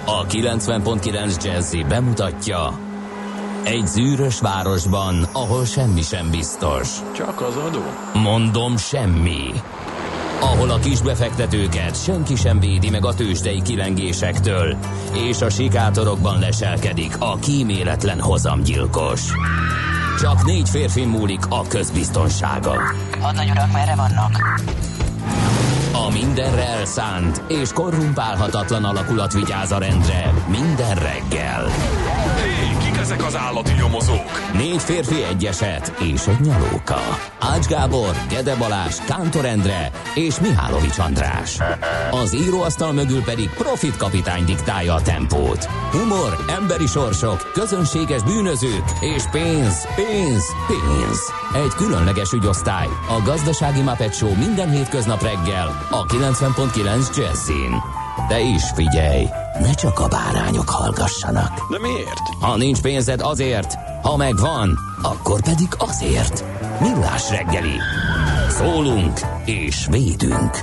A 90.9 Jazzy bemutatja: egy zűrös városban, ahol semmi sem biztos. Csak az adó? Mondom, semmi. Ahol a kisbefektetőket senki sem védi meg a tőzsdei kilengésektől, és a sikátorokban leselkedik a kíméletlen hozamgyilkos. Csak 4 férfin múlik a közbiztonsága. Hadnagy urak, merre vannak? A mindenre elszánt és korrumpálhatatlan alakulat vigyáz a rendre minden reggel. Hé, kik ezek az állati nyomozók? 4 férfi, egy eset és egy nyalóka. Ács Gábor, Gede Balázs, Kántor Endre és Mihálovics András. Az íróasztal mögül pedig Profit kapitány diktálja a tempót. Humor, emberi sorsok, közönséges bűnözők és pénz, pénz, pénz. Egy különleges ügyosztály, a Gazdasági Muppet Show minden hétköznap reggel a 90.9 Jazzyn. De is figyelj, ne csak a bárányok hallgassanak. De miért? Ha nincs pénzed, azért, ha megvan, akkor pedig azért. Millás reggeli. Szólunk és védünk.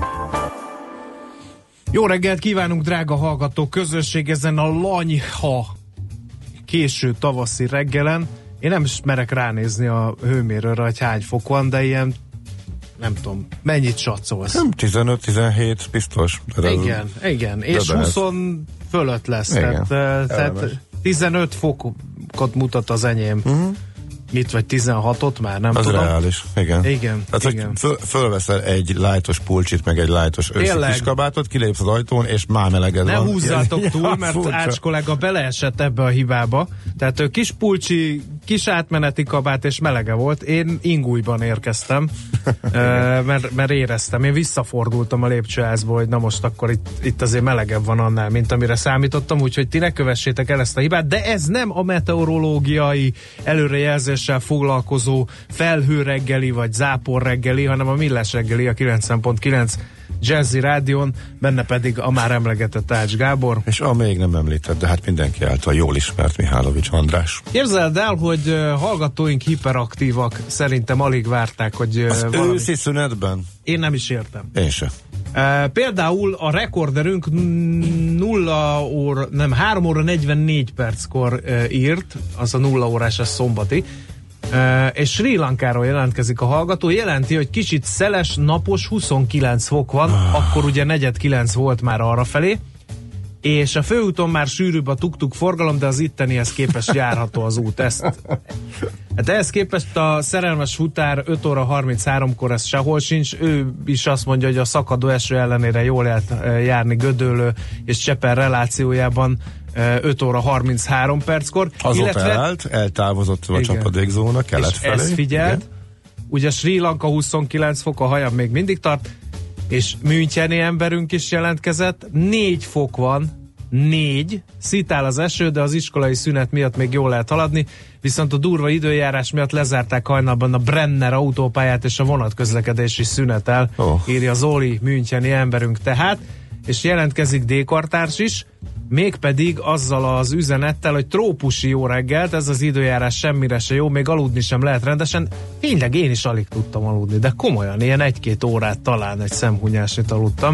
Jó reggelt kívánunk, drága hallgató közösség, ezen a lanyha késő tavaszi reggelen. Én nem is merek ránézni a hőmérőre, hogy hány fok van, de ilyen, nem tudom, mennyit satszolsz? Nem 15-17 biztos. Igen, és 20 fölött lesz, tehát 15 fokot mutat az enyém. Mit, vagy 16-ot már, nem az tudom. Az reális, igen. Tehát, igen. hogy fölveszel egy lájtos pulcsit, meg egy lájtos őszi kiskabátot, kilépsz az ajtón, és már meleged ne van. Ne húzzátok túl, mert Ács kollega beleesett ebbe a hibába. Tehát ő kis pulcsi, kis átmeneti kabát, és melege volt. Én ingújban érkeztem, mert éreztem. Én visszafordultam a lépcsőházból, hogy na most akkor itt azért melegebb van annál, mint amire számítottam, úgyhogy ti ne kövessétek el ezt a hibát, de ez nem a meteorológiai előrejelzés foglalkozó felhő reggeli, vagy zápor reggeli, hanem a Millás reggeli, a 90.9 Jazzy Rádión, benne pedig a már emlegetett Ács Gábor. És a még nem említett, de hát mindenki által jól ismert Mihálovics András. Képzeld el, hogy hallgatóink hiperaktívak, szerintem alig várták, hogy az valami... őszi szünetben? Én nem is értem. Én sem. Például a rekorderünk 3 óra 44 perckor írt, az a 0 órás, a szombati, és Sri Lankáról jelentkezik a hallgató, jelenti, hogy kicsit szeles, napos, 29 fok van, akkor ugye 8:45 volt már arrafelé, és a főúton már sűrűbb a tuk-tuk forgalom, de az ittenihez képest járható az út. Hát ehhez képest a szerelmes futár 5 óra 33-kor ez sehol sincs. Ő is azt mondja, hogy a szakadó eső ellenére jól lehet járni Gödöllő és Cseper relációjában 5 óra 33 perckor. Azóta eltávozott a csapadékzóna kelet felé. És ezt figyeld, ugye Sri Lanka 29 fok, a hajam még mindig tart, és müncheni emberünk is jelentkezett, 4 fok van, 4, szitál az eső, de az iskolai szünet miatt még jól lehet haladni, viszont a durva időjárás miatt lezárták hajnalban a Brenner autópályát, és a vonatközlekedés is szünetel, írja Zoli, müncheni emberünk tehát, és jelentkezik D-kartárs is, mégpedig azzal az üzenettel, hogy trópusi jó reggelt, ez az időjárás semmire se jó, még aludni sem lehet rendesen. Tényleg én is alig tudtam aludni, de komolyan, ilyen 1-2 órát talán egy szemhúnyásnyit aludtam.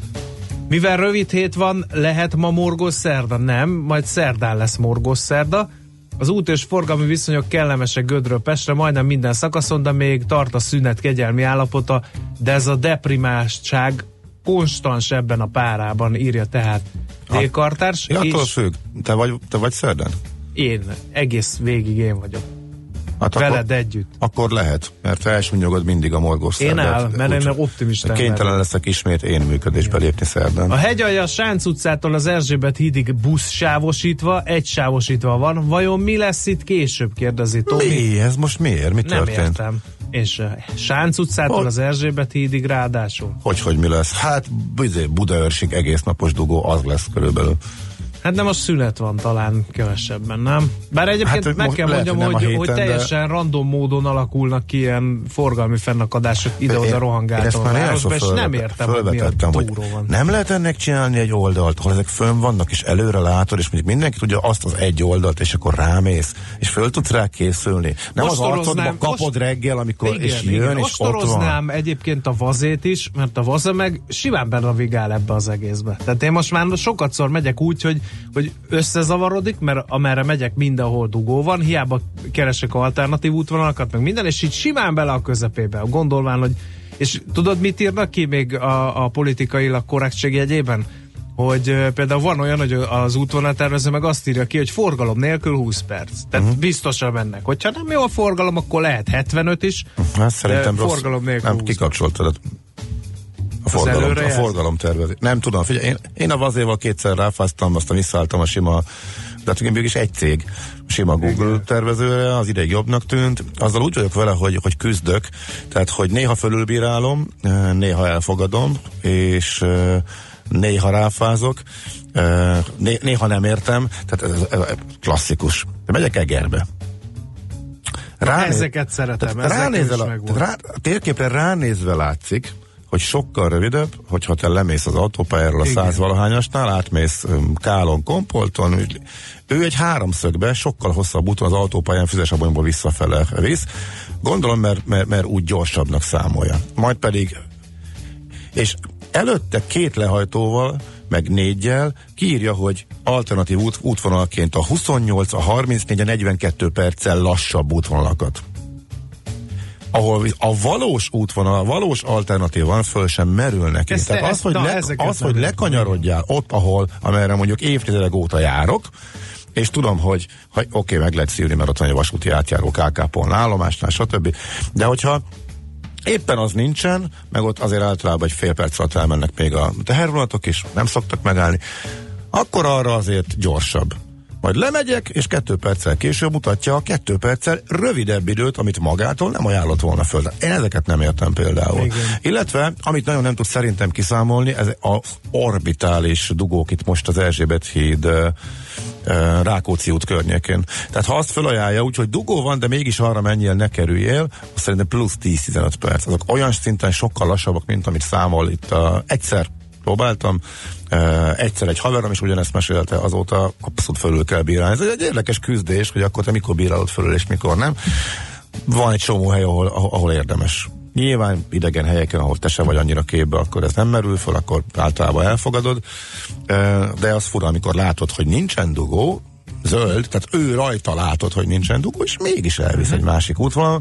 Mivel rövid hét van, lehet ma morgós szerda? Nem, majd szerdán lesz morgós szerda. Az út és forgalmi viszonyok kellemesek Gödről Pestre, majdnem minden szakaszon, de még tart a szünet kegyelmi állapota, de ez a deprimáltság konstans ebben a párában, írja tehát D-kartárs. Attól függ, te vagy szerdán? Én, egész végig én vagyok. Hát veled együtt. Akkor lehet, mert elsúnyogod mindig a morgós szerdát. Én áll, mert én optimista. Kénytelen leszek ismét én működésbe lépni szerdán. A hegyalja Sánc utcától az Erzsébet hídig buszsávosítva, egysávosítva van. Vajon mi lesz itt később, kérdezi Tomi. Mi? Ez most miért? Mi történt? Nem értem. És Sánc utcától az Erzsébet hídig ráadásul. Hogy mi lesz? Hát Budaörsig egész napos dugó, az lesz körülbelül. Hát nem, a szünet van talán kevesebben, nem? Bár egyébként hát meg kell mondjam, hogy teljesen random módon alakulnak ki ilyen forgalmi fennakadások ide-oda rohangáltan a városba, és nem értem, hogy mi a túró van. Nem lehet ennek csinálni egy oldalt, ahol ezek fönn vannak, és előre látod, és mondjuk mindenki tudja azt az egy oldalt, és akkor rámész, és föl tudsz rá készülni. Nem az arcodba kapod reggel, amikor és jön, és ott van. Egyébként a vazét is, mert a vaza meg simán benavigál ebbe az egészbe. Tehát én most már sokatszor megyek úgy, hogy hogy összezavarodik, mert amerre megyek, mindenhol dugó van, hiába keresek alternatív útvonalakat, meg minden, és így simán bele a közepébe, gondolván, hogy és tudod, mit írnak ki még a politikailag korrektség jegyében? Hogy például van olyan, hogy az útvonaltervező meg azt írja ki, hogy forgalom nélkül 20 perc. Tehát biztosan mennek. Hogyha nem jó a forgalom, akkor lehet 75 is. Hát szerintem forgalom nélkül nem, kikapcsoltad a forgalom tervezés. Nem tudom, figyelj, én a vazéval kétszer ráfáztam, aztán visszaálltam a sima, de hát mégis egy cég, sima Google tervezőre, az ideig jobbnak tűnt. Azzal úgy vagyok vele, hogy küzdök, tehát hogy néha fölülbírálom, néha elfogadom, és néha ráfázok, néha nem értem, tehát ez klasszikus. De megyek Egerbe. Ezeket szeretem, a térképre ránézve látszik, hogy sokkal rövidebb, hogyha te lemész az autópályáról a 100-valahányasnál, átmész Kálon, Kompolton, ő egy háromszögbe sokkal hosszabb úton az autópályán Füzesabonyból visszafele visz. Gondolom, mert úgy gyorsabbnak számolja. Majd pedig, és előtte 2 lehajtóval, meg 4-jel kiírja, hogy alternatív útvonalként a 28, a 34, a 42 perccel lassabb útvonalakat. Ahol a valós útvonal, a valós alternatív van, föl sem merül neki. Tehát hogy lekanyarodjál ott, amerre mondjuk évtizedek óta járok, és tudom, hogy oké, meg lehet szívni, mert ott van egy vasúti átjáró KK-pol állomásnál, stb. De hogyha éppen az nincsen, meg ott azért általában egy fél perc alatt elmennek még a tehervonatok is, nem szoktak megállni, akkor arra azért gyorsabb. Majd lemegyek, és 2 perccel később mutatja a 2 perccel rövidebb időt, amit magától nem ajánlott volna föl. Én ezeket nem értem például. Igen. Illetve, amit nagyon nem tud szerintem kiszámolni, ez az orbitális dugók itt most az Erzsébet híd Rákóczi út környékén. Tehát ha azt felajánlja, úgyhogy dugó van, de mégis arra menjél, ne kerüljél, azt szerintem plusz 10-15 perc. Azok olyan szinten sokkal lassabbak, mint amit számol itt egyszer próbáltam, egyszer egy haverom is ugyanezt mesélte, azóta abszolút fölül kell bírálni. Ez egy érdekes küzdés, hogy akkor te mikor bírálod fölül, és mikor nem. Van egy csomó hely, ahol érdemes. Nyilván idegen helyeken, ahol te se vagy annyira képbe, akkor ez nem merül föl, akkor általában elfogadod. De az fura, amikor látod, hogy nincsen dugó, zöld, tehát ő rajta látod, hogy nincsen dugó, és mégis elvisz egy másik útvonal.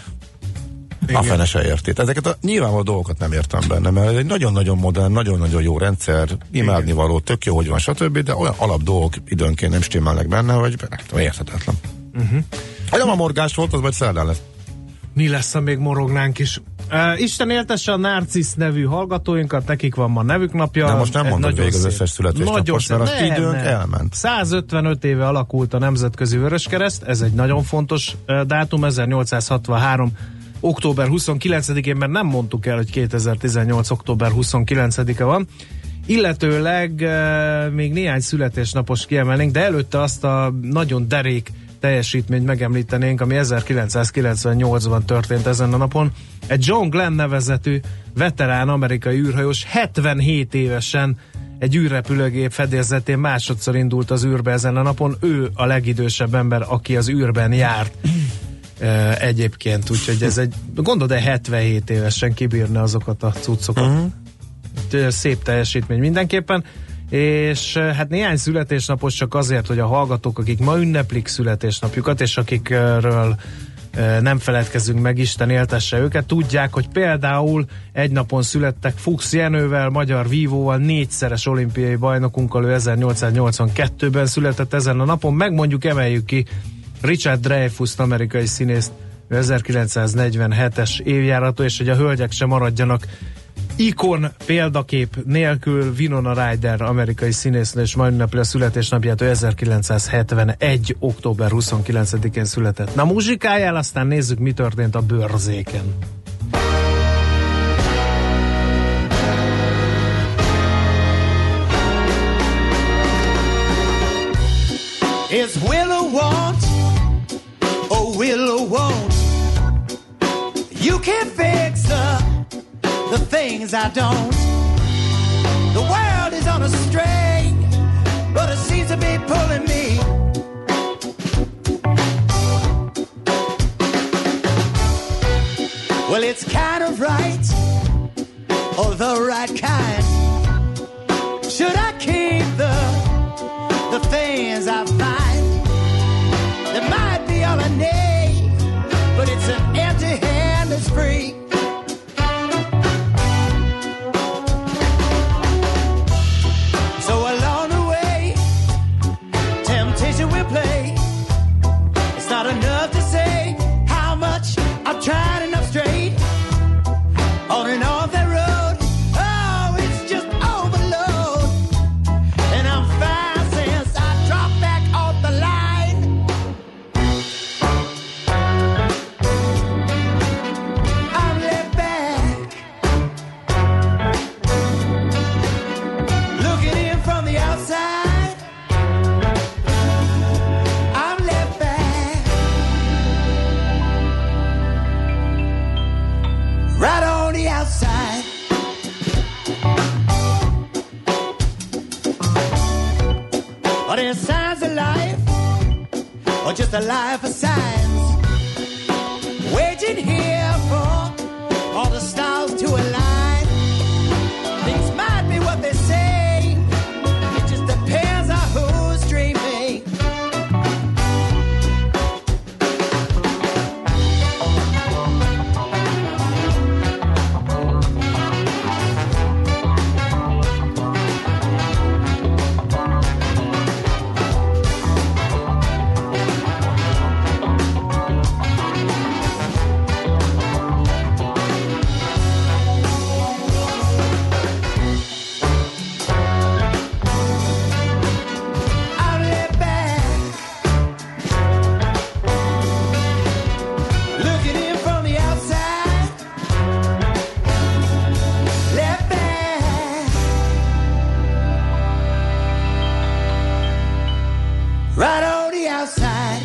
A fene se érti. Ezeket a nyilvánvaló dolgokat nem értem benne, mert ez egy nagyon-nagyon modern, nagyon-nagyon jó rendszer, imádnivaló, tök jó, hogy van, stb., de olyan alap dolgok időnként nem stimmelnek benne, hogy érthetetlen. Nem a morgás volt, az majd szerdán lesz. Mi lesz, ha még morognánk is? Isten éltesse a Narcisz nevű hallgatóinkat, nekik van ma nevük napja. De most nem mondod végig az összes születésnapos, mert az időnk elment. 155 éve alakult a Nemzetközi Vöröskereszt, ez egy nagyon fontos dátum, 1863 október 29-én, mert nem mondtuk el, hogy 2018. október 29-e van. Illetőleg még néhány születésnapos kiemelnénk, de előtte azt a nagyon derék teljesítményt megemlítenénk, ami 1998-ban történt ezen a napon. Egy John Glenn nevezetű veterán amerikai űrhajós 77 évesen egy űrrepülőgép fedélzetén másodszor indult az űrbe ezen a napon. Ő a legidősebb ember, aki az űrben járt. Egyébként, úgyhogy ez egy, gondolod, 77 évesen kibírni azokat a cuccokat. Szép teljesítmény mindenképpen, és hát néhány születésnapos csak azért, hogy a hallgatók, akik ma ünneplik születésnapjukat, és akikről nem feledkezünk meg, Isten éltesse őket, tudják, hogy például egy napon születtek Fuchs Jenővel, magyar vívóval, 4-szeres olimpiai bajnokunkkal, ő 1882-ben született ezen a napon, meg mondjuk emeljük ki Richard Dreyfuss, amerikai színészt, 1947-es évjáratú, és hogy a hölgyek sem maradjanak ikon példakép nélkül, Winona Ryder, amerikai színésznő, és majd ünnepli a születésnapját, ő 1971. október 29-én született. Na, muzsikáljál, aztán nézzük, mi történt a bőrzéken. It's Willow won't, oh Willow won't. You can't fix the things I don't. The world is on a string, but it seems to be pulling me. Well, it's kind of right, or the right kind. Should I keep the Are there signs of life, or just a life of signs? Waiting here for all the stars to align. Things might be what they say, it just depends on who's dreaming. Right on the outside.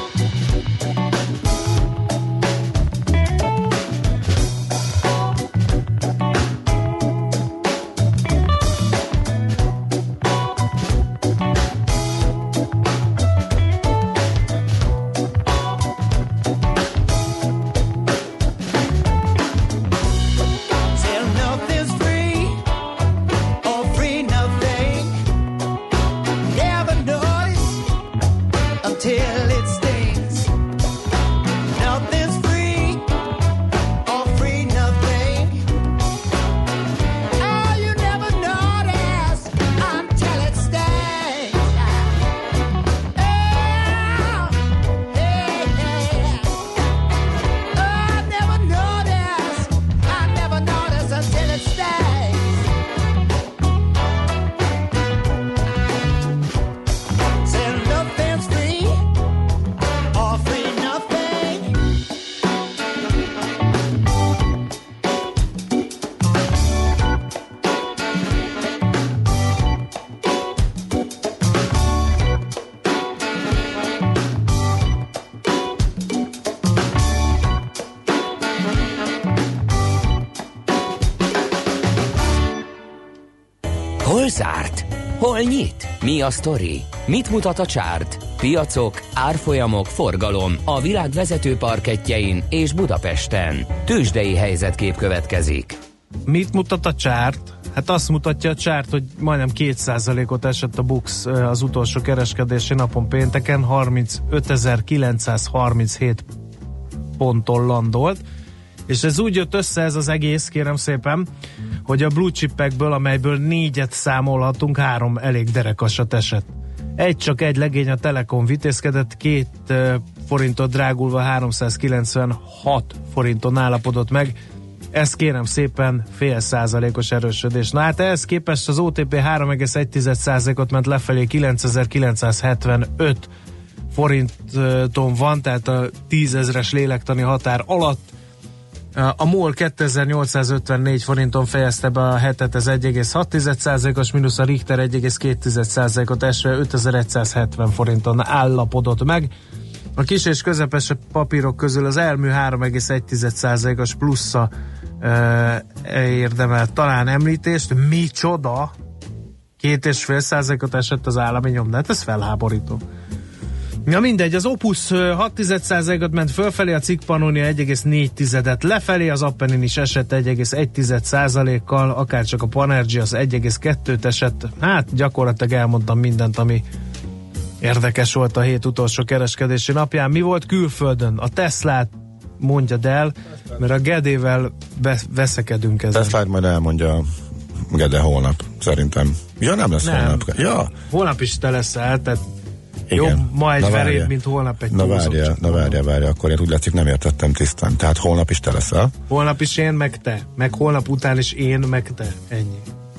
Till nothing's free, or free nothing. Never notice until it stings. Nothing's free, or free nothing. Oh, you never notice until it stings. Oh, hey, hey. Oh, I never notice until it stings. Say nothing's free, or free nothing. Hol zárt? Hol nyit? Mi a sztori? Mit mutat a csárt? Piacok, árfolyamok, forgalom a világ vezető parkettjein és Budapesten. Tőzsdei helyzetkép következik. Mit mutat a csárt? Hát azt mutatja a csárt, hogy majdnem 2%-ot esett a BUX az utolsó kereskedési napon pénteken, 35.937 ponton landolt, és ez úgy jött össze ez az egész, kérem szépen, hogy a blue chipekből, amelyből 4-et számolhatunk, 3 elég derekasat esett. Csak egy legény, a Telekom vitézkedett, 2 forintot drágulva 396 forinton állapodott meg. Ez kérem szépen 0,5%-os erősödés. Na hát ehhez képest az OTP 3,1%-ot ment lefelé, 9975 forinton van, tehát a 10 000-es lélektani határ alatt. A MOL 2854 forinton fejezte be a hetet, ez 1,6%-os mínusz, a Richter 1,2%-ot esve 5170 forinton állapodott meg. A kis és közepes papírok közül az Elmű 3,1%-os plusza érdemel talán említést. Micsoda? 2,5%-ot esett az állami nyom, de hát ez felháborító. Ja, mindegy, az Opus 6,1%-ot ment fölfelé, a Cikk Pannonia 1,4-et lefelé, az Appenin is esett 1,1%-kal, akárcsak a Panergy az 1,2-t esett. Hát gyakorlatilag elmondtam mindent, ami érdekes volt a hét utolsó kereskedési napján. Mi volt külföldön? A Teslát mondjad el, mert a Gedével veszekedünk ezen. Teslát majd elmondja Gede holnap, szerintem. Ja, nem lesz holnap. Ja. Holnap is te leszel, tehát igen. Jobb ma egy veréb, mint holnap egy túlzott. Na várja, akkor én úgy látszik nem értettem tisztán. Tehát holnap is te leszel? Holnap is én, meg te. Meg holnap után is én, meg te. Ennyi.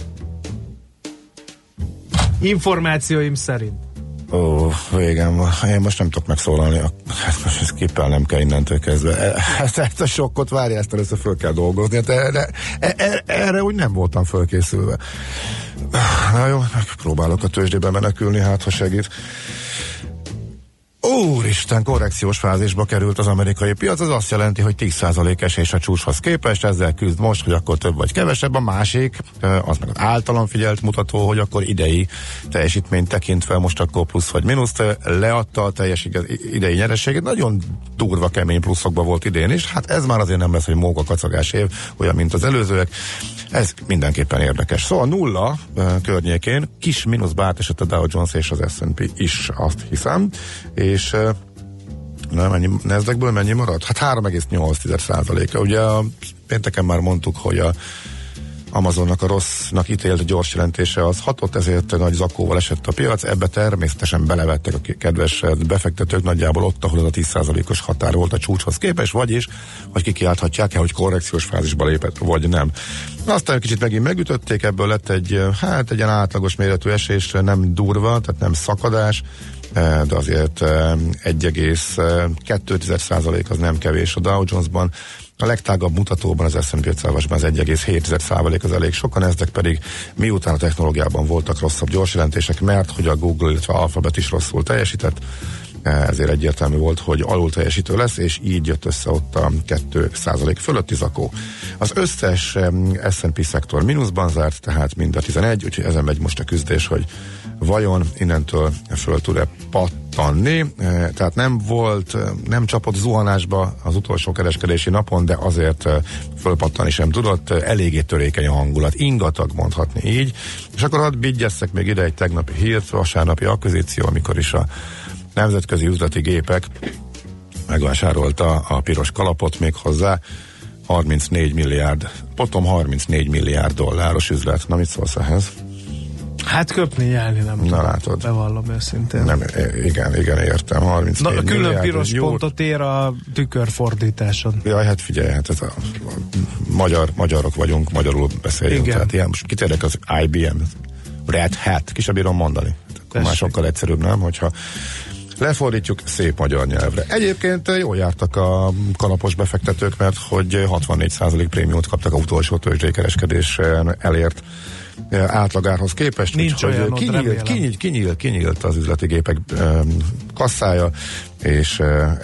Információim szerint. Ó, végem van. Én most nem tudok megszólalni. Hát most ezt kippelnem kell innentől kezdve. Ezt a sokkot várja, ezt először föl kell dolgozni. Erre úgy nem voltam fölkészülve. Na jó, próbálok a tőzsdébe menekülni, hát ha segít. Úristen, korrekciós fázisba került az amerikai piac, az azt jelenti, hogy 10% esés a csúcshoz képest, ezzel küzd most, hogy akkor több vagy kevesebb. A másik, az meg az általam figyelt mutató, hogy akkor idei teljesítményt tekintve most akkor plusz vagy mínuszt leadta a teljes idei nyerességet. Nagyon durva, kemény pluszokban volt idén is. Hát ez már azért nem lesz, hogy móka kacagás év, olyan, mint az előzőek. Ez mindenképpen érdekes. Szóval nulla környékén kis mínuszba átesett a Dow Jones és az S&P is, azt hiszem. És Nasdaqből mennyi maradt? Hát 3,8%. Ugye pénteken már mondtuk, hogy a Amazonnak a rossznak ítélt gyors jelentése az hatott, ezért nagy zakóval esett a piac, ebbe természetesen belevettek a kedves befektetők nagyjából ott, ahol az a 10%-os határ volt a csúcshoz képest, vagyis, hogy kikiálthatják-e, hogy korrekciós fázisba lépett, vagy nem. Aztán kicsit megint megütötték, ebből lett egy ilyen átlagos méretű esés, nem durva, tehát nem szakadás, de azért 1,2% az nem kevés a Dow Jonesban. A legtágabb mutatóban az S&P 500-ban az 1,7% az elég sokan, ezek pedig miután a technológiában voltak rosszabb gyors jelentések, mert hogy a Google, illetve Alphabet is rosszul teljesített, ezért egyértelmű volt, hogy alul teljesítő lesz, és így jött össze ott a 2% fölötti zakó. Az összes S&P szektor mínuszban zárt, tehát mind a 11, úgyhogy ezen megy most a küzdés, hogy vajon innentől föl tud-e pattanni. Tehát nem csapott zuhanásba az utolsó kereskedési napon, de azért fölpattani sem tudott. Eléggé törékeny a hangulat, ingatag mondhatni így. És akkor hadd vigyesszek még ide egy tegnapi hírt, vasárnapi akvizíció, amikor is a nemzetközi üzleti gépek megvásárolta a piros kalapot még hozzá. 34 milliárd dolláros üzlet. Na, mit szólsz ehhez? Hát köpni, nyelni nem tudom. Na, látod. Bevallom őszintén. Nem, igen, értem. 34 Na, a külön milliárd, piros pontot ér a tükörfordításon. Jaj, hát figyelj, hát ez magyarok vagyunk, magyarul beszéljünk. Igen. Tehát ilyen, most kitérek az IBM, Red Hat, ki sem bírom mondani. Akkor már sokkal egyszerűbb, nem? Hogyha lefordítjuk szép magyar nyelvre. Egyébként jól jártak a kalapos befektetők, mert hogy 64% prémiumot kaptak a utolsó tőzsdei kereskedésen elért átlagárhoz képest. Nincs olyan, kinyílt az üzleti gépek kasszája, és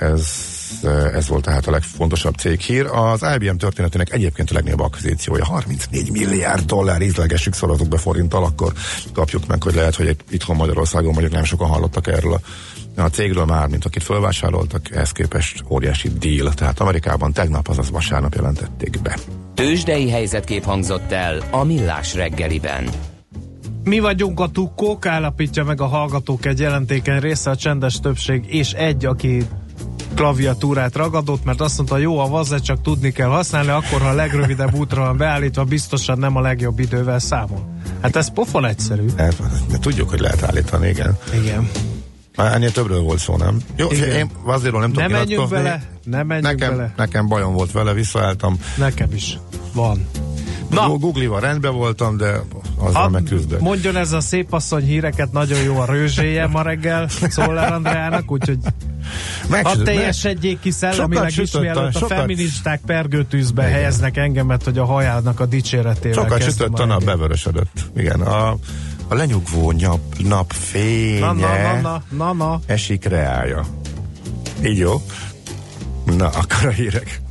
ez volt tehát a legfontosabb céghír. Az IBM történetének egyébként a legnagyobb akvizíciója, 34 milliárd dollár, ízlegessük, szorozzuk be forinttal, akkor kapjuk meg, hogy lehet, hogy itthon Magyarországon mondjuk nem sokan hallottak erről a cégről már, mint akit fölvásároltak, ehhez képest óriási deal. Tehát Amerikában tegnap, azaz vasárnap jelentették be. Tőzsdei helyzetkép hangzott el a Millás reggeliben. Mi vagyunk a tukkók, állapítja meg a hallgatók egy jelentékeny része, a csendes többség, és egy, aki klaviatúrát ragadott, mert azt mondta, jó a vaze, csak tudni kell használni, akkor, ha a legrövidebb útra van beállítva, biztosan nem a legjobb idővel számol. Hát ez pofon egyszerű. De tudjuk, hogy lehet állítani, igen. Igen. Már ennél többről volt szó, nem? Jó, én azért nem tudom nyilatkozni. Nem menjünk bele. Nekem bajom volt vele, visszaálltam. Nekem is. Van. Na. Google-val rendben voltam, de azzal megküzdök. Mondjon ez a szép asszony híreket, nagyon jó a rőzséje ma reggel Szollár Andreának, úgyhogy hadd teljesedjék ki szellemileg is, mielőtt a feministák pergőtűzbe helyeznek engemet, hogy a hajának a dicséretével sokat sütött a nap, bevörösödött. Igen, a lenyugvó nap fénye esik reálja. Így jó? Na, akkor a hírek.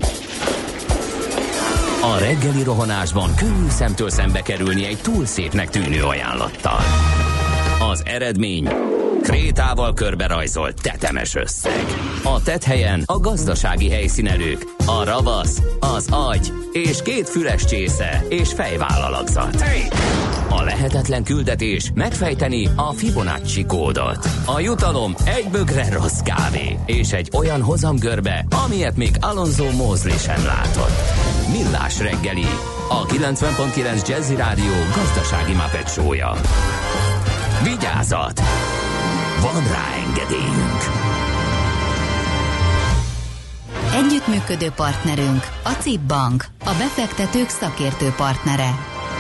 A reggeli rohanásban könnyű szemtől szembe kerülni egy túl szépnek tűnő ajánlattal. Az eredmény krétával körberajzolt tetemes összeg. A tetthelyen a gazdasági helyszínelők, a ravasz, az agy és 2 füles csésze és fejvállalakzat. A lehetetlen küldetés megfejteni a Fibonacci kódot. A jutalom egy bögre rossz kávé és egy olyan hozamgörbe, amilyet még Alonso Mosley sem látott. Millás reggeli, a 90.9 Jazzy Rádió gazdasági Muppet show-ja. Vigyázat! Van rá engedélyünk! Együttműködő partnerünk a CIP Bank, a befektetők szakértő partnere.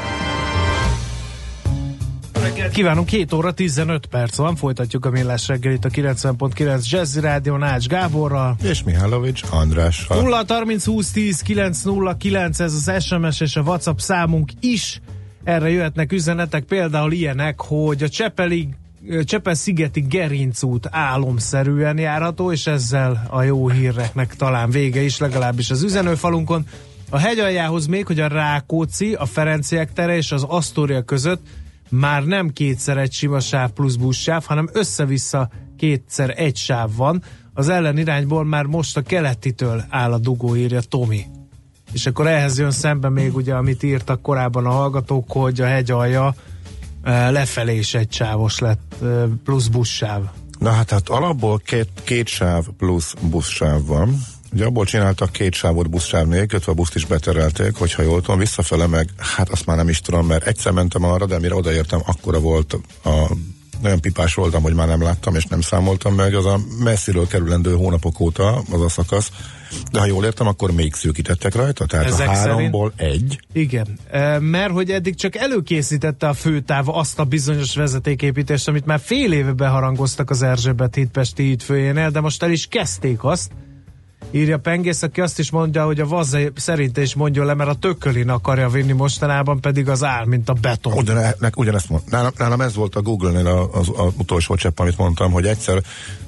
Kívánunk, 7 óra 15 perc van, folytatjuk a Millás reggelit a 90.9 Jazzy Rádión Ács Gáborral és Mihálovics Andrással. 0 30 20 10 909, ez az SMS és a WhatsApp számunk is. Erre jöhetnek üzenetek, például ilyenek, hogy a Csepeli Csepel-szigeti Gerincút álomszerűen járható, és ezzel a jó híreknek talán vége is, legalábbis az üzenőfalunkon. A hegyaljához még, hogy a Rákóczi, a Ferenciek tere és az Asztória között már nem kétszer egy sima sáv plusz buszsáv, hanem össze-vissza kétszer egy sáv van. Az ellenirányból már most a keletitől áll a dugó, írja Tomi. És akkor ehhez jön szembe még ugye, amit írtak korábban a hallgatók, hogy a hegyalja lefelé is egy sávos lett, plusz buszsáv. Na hát alapból két sáv plusz buszsáv van. Ugye abból csináltak két sávot buszsáv nélkül, a buszt is beterelték, hogyha jól tudom, visszafele meg, hát azt már nem is tudom, mert egyszer mentem arra, de mire odaértem, akkora volt olyan pipás voltam, hogy már nem láttam, és nem számoltam meg, az a messziről kerülendő hónapok óta az a szakasz, de ha jól értem, akkor még szűkítettek rajta, tehát ezek a 3-ból egy. Igen, mert hogy eddig csak előkészítette a főtáv azt a bizonyos vezetéképítést, amit már fél éve beharangoztak az Erzsébet hídpesti hídfőjénél, de most el is kezdték azt, írja Pengész, aki azt is mondja, hogy a Vazzai szerint is mondja le, mert a Tökölin akarja vinni mostanában, pedig az áll, mint a beton. Ugyanezt mondom. Nálam ez volt a Google-nél az utolsó csepp, amit mondtam, hogy egyszer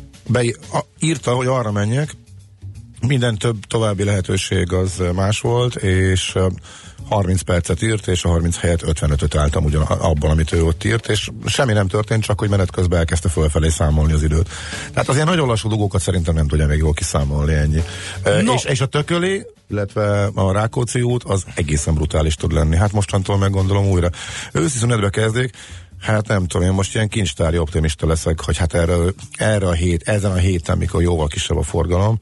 írta, hogy arra menjek, minden több további lehetőség az más volt, és 30 percet írt, és a 30 helyett 55-öt álltam abban, amit ő ott írt, és semmi nem történt, csak hogy menet közben elkezdte fölfelé számolni az időt. Tehát az ilyen nagyon lassú dugókat szerintem nem tudja még jól kiszámolni, ennyi. No. És a Tököli, illetve a Rákóczi út, az egészen brutális tud lenni. Hát mostantól meggondolom újra. Őszi szünetbe kezdik, hát nem tudom, én most ilyen kincstári optimista leszek, hogy hát ezen a héten, mikor jóval kisebb a forgalom,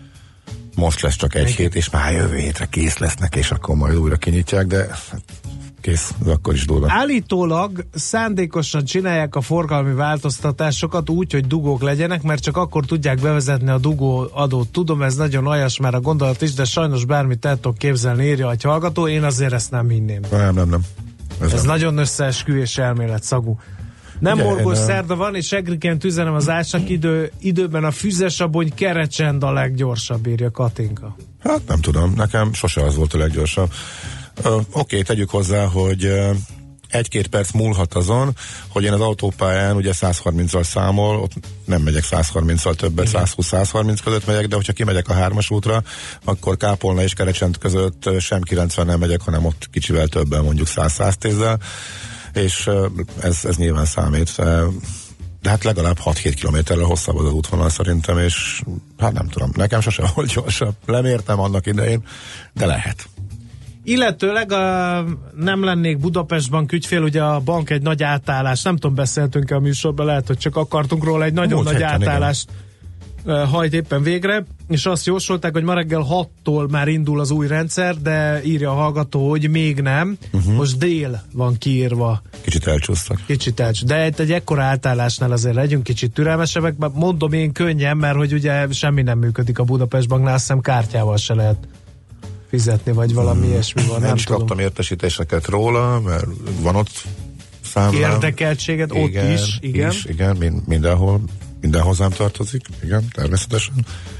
most lesz csak egy hét, és már jövő hétre kész lesznek, és akkor majd újra kinyitják, de kész, az akkor is durva. Állítólag szándékosan csinálják a forgalmi változtatásokat úgy, hogy dugók legyenek, mert csak akkor tudják bevezetni a dugó adót. Tudom, ez nagyon aljas már a gondolat is, de sajnos bármit el tudok képzelni, írja egy hallgató, én azért ezt nem hinném. Nem. Ez nem. Nagyon összeesküvés elmélet szagú. Nem morgós szerda van, és segriként üzenem az ásnak időben a Füzesabony Kerecsend a leggyorsabb, írja Katinka. Hát nem tudom, nekem sose az volt a leggyorsabb. Oké, tegyük hozzá, hogy 1-2 perc múlhat azon, hogy én az autópályán ugye 130-al számol, ott nem megyek 130-al többet, 120-130 között megyek, de hogyha kimegyek a 3-as útra, akkor Kápolna és Kerecsend között sem 90-nel megyek, hanem ott kicsivel többen, mondjuk 100-110-zel, és ez nyilván számít. De hát legalább 6-7 kilométerrel hosszabb az útvonal szerintem, és hát nem tudom, nekem sose volt gyorsabb. Lemértem annak idején, de lehet. Illetőleg nem lennék Budapest Bank ügyfél, ugye a bank egy nagy átállást, nem tudom, beszéltünk-e a műsorban, lehet, hogy csak akartunk róla, egy nagyon nagy átállást hajt éppen végre, és azt jósolták, hogy ma reggel 6-tól már indul az új rendszer, de írja a hallgató, hogy még nem. Most dél van kiírva. Kicsit elcsúsztak. De egy ekkora átállásnál azért legyünk kicsit türelmesebbek, mondom én könnyen, mert hogy ugye semmi nem működik a Budapest Banknál, azt hiszem kártyával se lehet fizetni, vagy valami ilyesmi van. Nem is kaptam értesítéseket róla, mert van ott számlám. Érdekeltséget ott is, igen. Igen, mindenhol. Minden hozzám tartozik, igen, természetesen.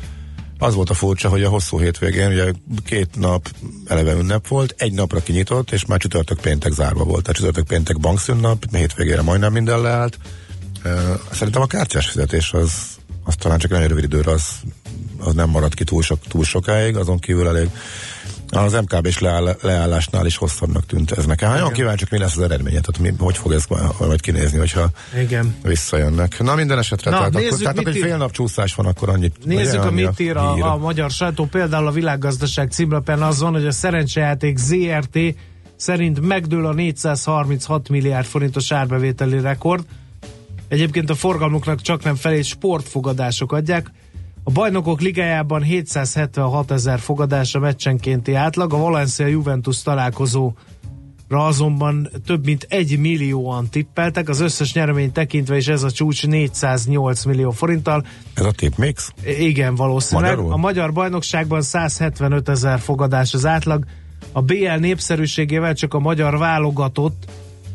Az volt a furcsa, hogy a hosszú hétvégén, ugye 2 nap eleve ünnep volt, egy napra kinyitott, és már csütörtök-péntek zárva volt. Tehát csütörtök-péntek bankszünnap, hétvégére majdnem minden leállt. Szerintem a kártyás fizetés az talán csak nagyon rövid időre, az nem maradt ki túl sokáig, azon kívül elég. Az MKB-s leállásnál is hosszabbnak tűnt ez nekem. Nagyon kíváncsiak, mi lesz az eredménye, tehát hogy fog ez majd kinézni, hogyha visszajönnek. Na minden esetre, tehát egy fél nap csúszás van, akkor annyit. Nézzük, mit ír a magyar sajtó. Például a Világgazdaság címlapján az van, hogy a szerencsejáték ZRT szerint megdől a 436 milliárd forintos árbevételi rekord. Egyébként a forgalmuknak csak nem felét sportfogadások adják. A Bajnokok Ligájában 776 000 fogadás a meccsenkénti átlag, a Valencia-Juventus találkozóra azonban több mint 1 millióan tippeltek, az összes nyeremény tekintve is ez a csúcs 408 millió forinttal. Ez a tippmix? Igen, valószínűleg. A magyar bajnokságban 175 000 fogadás az átlag, a BL népszerűségével csak a magyar válogatott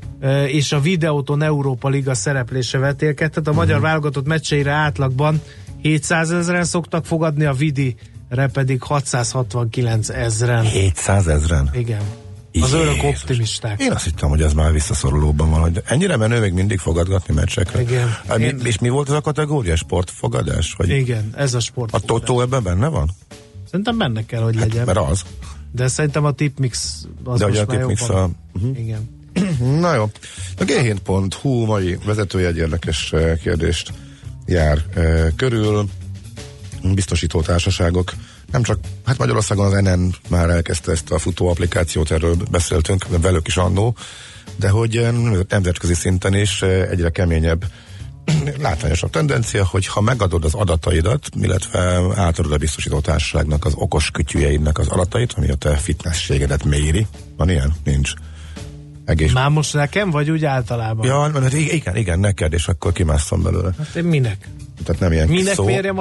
és a Videoton Európa Liga szereplése vetélkedett. A magyar válogatott meccseire átlagban 700 000 szoktak fogadni, a Vidire pedig 669 000. 700 000? Igen. Az örök optimisták. Én azt hittem, hogy ez már visszaszorulóban van, hogy ennyire menő még mindig fogadgatni meccsekre. Igen. És mi volt ez a kategória? Sportfogadás? Vagy Igen, ez a sportfogadás. A Totó ebben benne van? Szerintem benne kell, hogy legyen. Mert az. De szerintem a tipmix az de most a már tipmix jobban. Igen. Na jó. A G7.hu mai vezetője egy érdekes kérdést jár körül. Biztosító társaságok. Nem csak, hát Magyarországon az NN már elkezdte ezt a futó applikációt, erről beszéltünk velük is annó, de hogy nemzetközi szinten is egyre keményebb, látványosabb tendencia, hogy ha megadod az adataidat, illetve átadod a biztosító társaságnak az okos kütyüjeidnek az adatait, ami a te fitnessségedet méri. Van ilyen? Nincs. Már most nekem, vagy úgy általában? Ja, igen, neked, és akkor kimásszom belőle. Hát én minek? Tehát nem ilyen minek mérjem a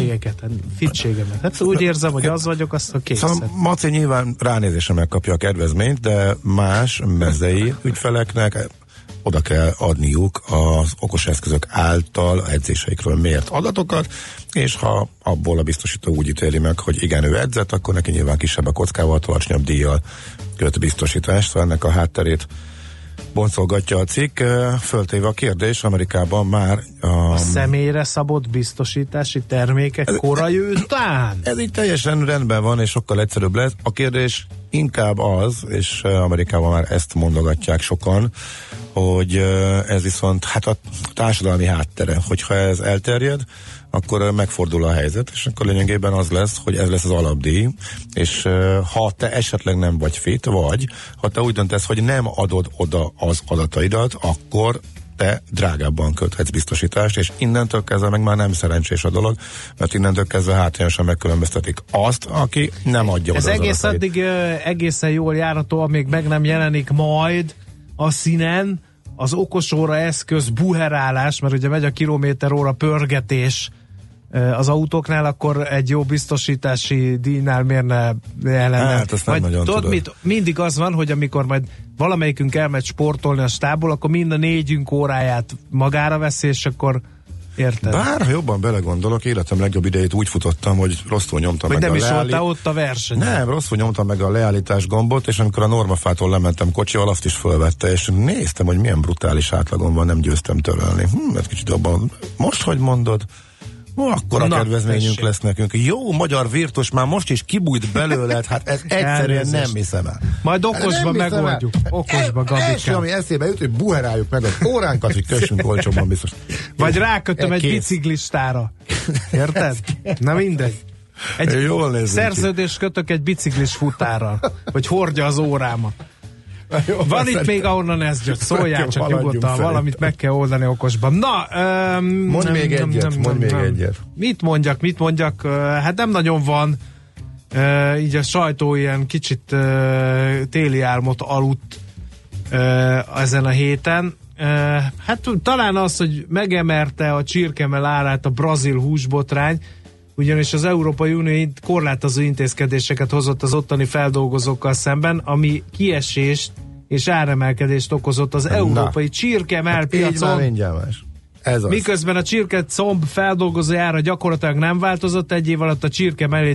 fitségemet? Hát úgy érzem, hogy az vagyok, azt a készet. Szóval Maci nyilván ránézésre megkapja a kedvezményt, de más mezei ügyfeleknek oda kell adniuk az okos eszközök által edzéseikről mért adatokat, és ha abból a biztosító úgy ítéli meg, hogy igen, ő edzett, akkor neki nyilván kisebb a kockával, alacsonyabb díjjal köt biztosítást, szóval ennek a hátterét boncolgatja a cikk, föltéve a kérdés, Amerikában már a személyre szabott biztosítási termékek korai után? Ez így teljesen rendben van, és sokkal egyszerűbb lesz. A kérdés inkább az, és Amerikában már ezt mondogatják sokan, hogy ez viszont hát a társadalmi háttere, hogyha ez elterjed, akkor megfordul a helyzet, és akkor lényegében az lesz, hogy ez lesz az alapdíj, és ha te esetleg nem vagy fit, vagy ha te úgy döntesz, hogy nem adod oda az adataidat, akkor te drágábban köthetsz biztosítást, és innentől kezdve meg már nem szerencsés a dolog, mert innentől kezdve hátrányosan megkülönböztetik azt, aki nem adja oda az adatait. Ez addig egészen jól járható, amíg meg nem jelenik majd a színen az okosóra eszköz buherálás, mert ugye megy a kilométer-óra pörgetés az autóknál, akkor egy jó biztosítási díjnál miért ne jelenne? Hát azt nem nagyon tudod. Mindig az van, hogy amikor majd valamelyikünk elmegy sportolni a stábból, akkor mind a 4 óráját magára veszi, és akkor érted? Bár, ha jobban belegondolok, életem legjobb idejét úgy futottam, hogy rosszul nyomtam vagy meg nem is voltál ott a versenyen. Nem, rosszul nyomtam meg a leállítás gombot, és amikor a Normafától lementem kocsival, azt is fölvette, és néztem, hogy milyen brutális átlagon van, nem győztem törölni. Ez kicsit abban. Most, hogy mondod? Akkor a kedvezményünk lesz nekünk. Jó magyar virtus, már most is kibújt belőled, hát ez egyszerűen nem hiszem el. Majd okosba megoldjuk. Okosba, Gabikám. Első, ami eszébe jut, hogy buheráljuk meg az óránkat, hogy kössünk olcsóban biztos. Vagy rákötöm egy biciklistára. Érted? Na mindegy. Egy szerződést kötök egy biciklis futárral, hogy hordja az órámat. Van itt még ahonnan ez jött, szóljál csak nyugodtan, valamit meg kell oldani okosban. Na, mondd még egyet. Mit mondjak? Hát nem nagyon van. Így a sajtó ilyen kicsit téli álmot aludt ezen a héten. Hát talán az, hogy megemerte a csirkemell árát a brazil húsbotrány, ugyanis az Európai Unió korlátozó intézkedéseket hozott az ottani feldolgozókkal szemben, ami kiesést és áremelkedést okozott az európai csirkemell piacon. Miközben a csirkecomb feldolgozó ára gyakorlatilag nem változott, egy év alatt a csirkemellé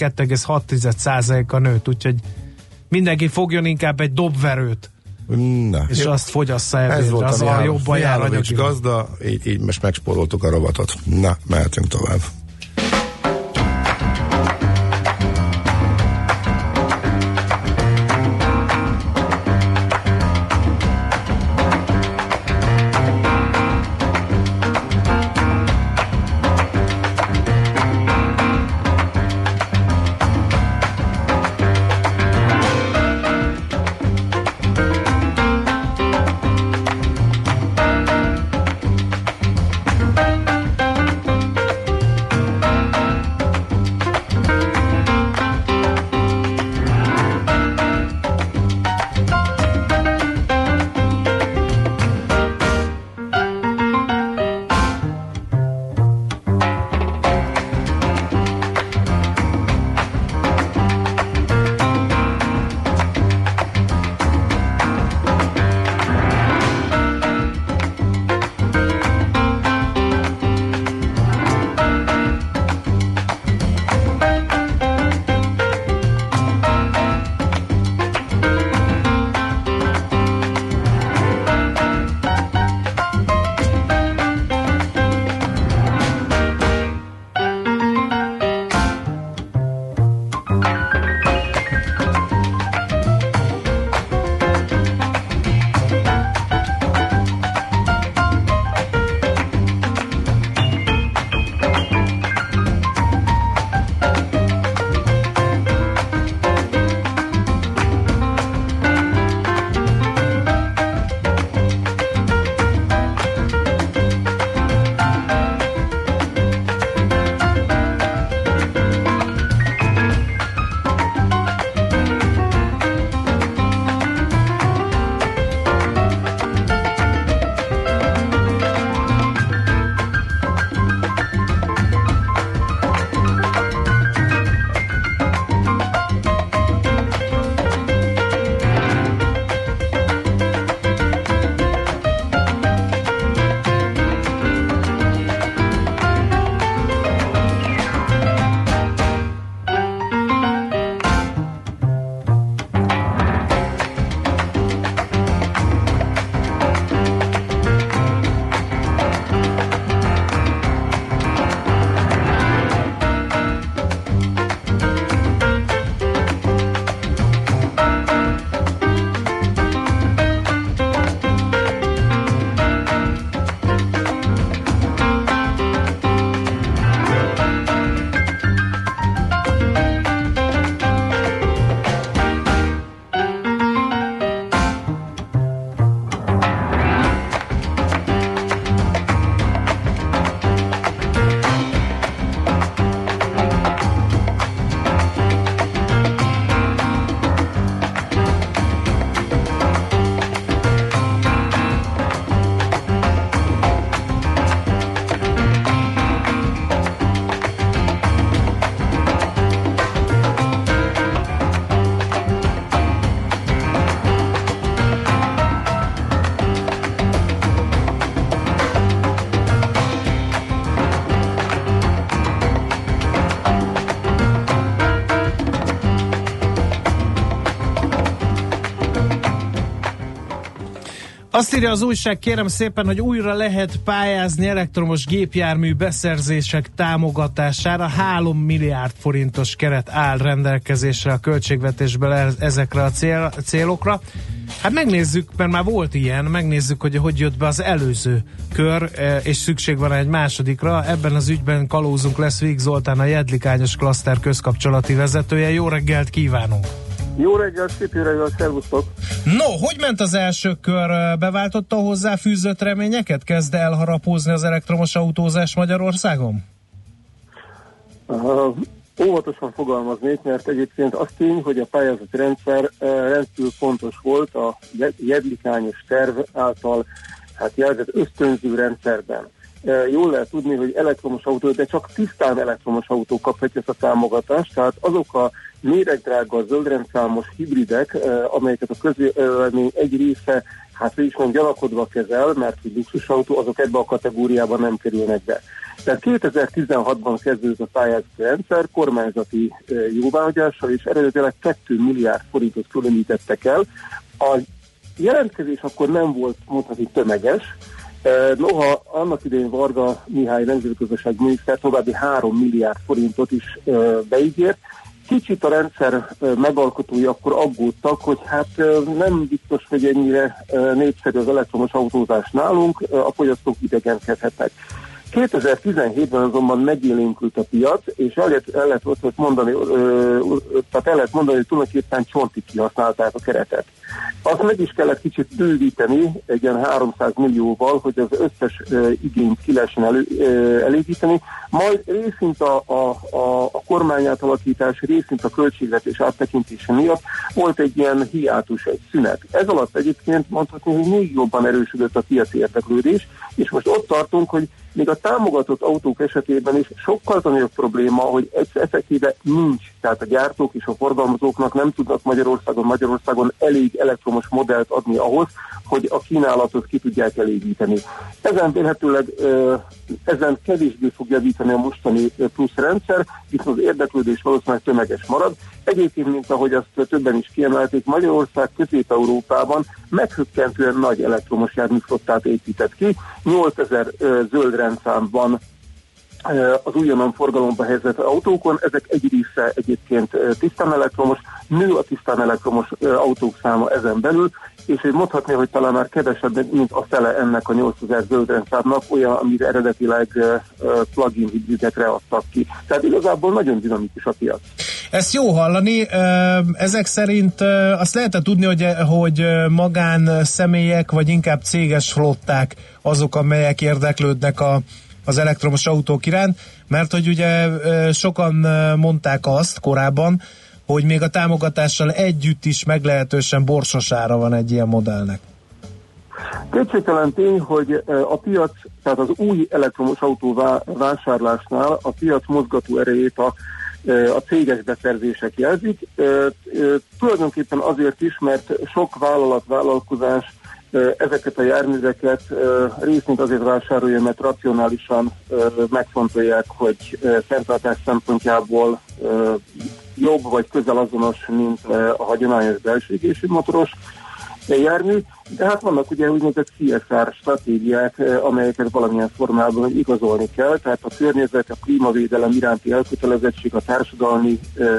12,6%-a nőtt, úgyhogy mindenki fogjon inkább egy dobverőt. Na, és azt fogyassza ebédre, az a jobban jár anyagilag. Gazda, így most megspóroltuk a robotot. Na, mehetünk tovább. Azt írja az újság, kérem szépen, hogy újra lehet pályázni elektromos gépjármű beszerzések támogatására. 3 milliárd forintos keret áll rendelkezésre a költségvetésben ezekre a célokra. Hát megnézzük, mert már volt ilyen, megnézzük, hogy jött be az előző kör, és szükség van egy másodikra. Ebben az ügyben kalózunk lesz Víg Zoltán, a Jedlikányos Klaszter közkapcsolati vezetője. Jó reggelt kívánunk! Jó reggelt, szép reggelt, szervusztok! No, hogy ment az első kör? Beváltotta hozzá fűzött reményeket? Kezd elharapózni az elektromos autózás Magyarországon? Óvatosan fogalmaznék, mert egyébként az tény, hogy a pályázati rendszer rendkívül fontos volt a jedlikányos terv által jelzett ösztönző rendszerben. Jól lehet tudni, hogy elektromos autó, de csak tisztán elektromos autó kaphatja ezt a támogatást, tehát azok a méregdrága, zöldrendszámos hibridek, amelyeket a közvélemény egy része, gyanakodva kezel, mert hogy luxusautó, azok ebbe a kategóriában nem kerülnek be. Tehát 2016-ban kezdődött a pályázati rendszer kormányzati jóváhagyással, és eredetileg 2 milliárd forintot különítettek el. A jelentkezés akkor nem volt mondhatni tömeges, noha annak idején Varga Mihály nemzetgazdasági miniszter további 3 milliárd forintot is beígért. Kicsit a rendszer megalkotói akkor aggódtak, hogy nem biztos, hogy ennyire népszerű az elektromos autózás nálunk, a fogyasztók idegenkedhetnek. 2017-ben azonban megélénkült a piac, és el lehet mondani, hogy tulajdonképpen csontig kihasználták a keretet. Azt meg is kellett kicsit bővíteni, egy ilyen 300 millióval, hogy az összes igényt ki lehessen elégíteni, majd részint a kormány átalakítás, részint a költségvetés áttekintése miatt volt egy ilyen hiátus, egy szünet. Ez alatt egyébként mondhatni, hogy még jobban erősödött a piaci érdeklődés, és most ott tartunk, hogy még a támogatott autók esetében is sokkal nagyobb probléma, hogy effektíve nincs. Tehát a gyártók és a forgalmazóknak nem tudnak Magyarországon elég elektromos modellt adni ahhoz, hogy a kínálatot ki tudják elégíteni. Ezen kevésbé fog javítani a mostani plusz rendszer, viszont az érdeklődés valószínűleg tömeges marad. Egyébként, mint ahogy azt többen is kiemelték, Magyarország Közép-Európában meghökkentően nagy elektromos járműflottát épített ki. 8000 zöld rendszámban az újonnan forgalomba helyezett autókon, ezek egy része egyébként tisztán elektromos, nő a tisztán elektromos autók száma ezen belül, és mondhatni, hogy talán már kevesebb, mint a fele ennek a 8000 zöld rendszámnak olyan, amire eredetileg plug-in hibridekre adtak ki. Tehát igazából nagyon dinamikus a piac. Ezt jó hallani. Ezek szerint azt lehet tudni, hogy magán személyek, vagy inkább céges flották azok, amelyek érdeklődnek az elektromos autók iránt, mert hogy ugye sokan mondták azt korábban, hogy még a támogatással együtt is meglehetősen borsos ára van egy ilyen modellnek. Kétségtelen tény, hogy a piac, tehát az új elektromos autó vásárlásnál a piac mozgató erejét a céges beszerzések jelzik. Tulajdonképpen azért is, mert sok vállalkozás ezeket a járműveket részint azért vásárolja, mert racionálisan megfontolják, hogy fenntartás szempontjából jobb vagy közel azonos, mint a hagyományos belső égésű motoros jármű, de hát vannak ugye úgynevezett CSR stratégiák, amelyeket valamilyen formában igazolni kell, tehát a környezet, a klímavédelem iránti elkötelezettség, a társadalmi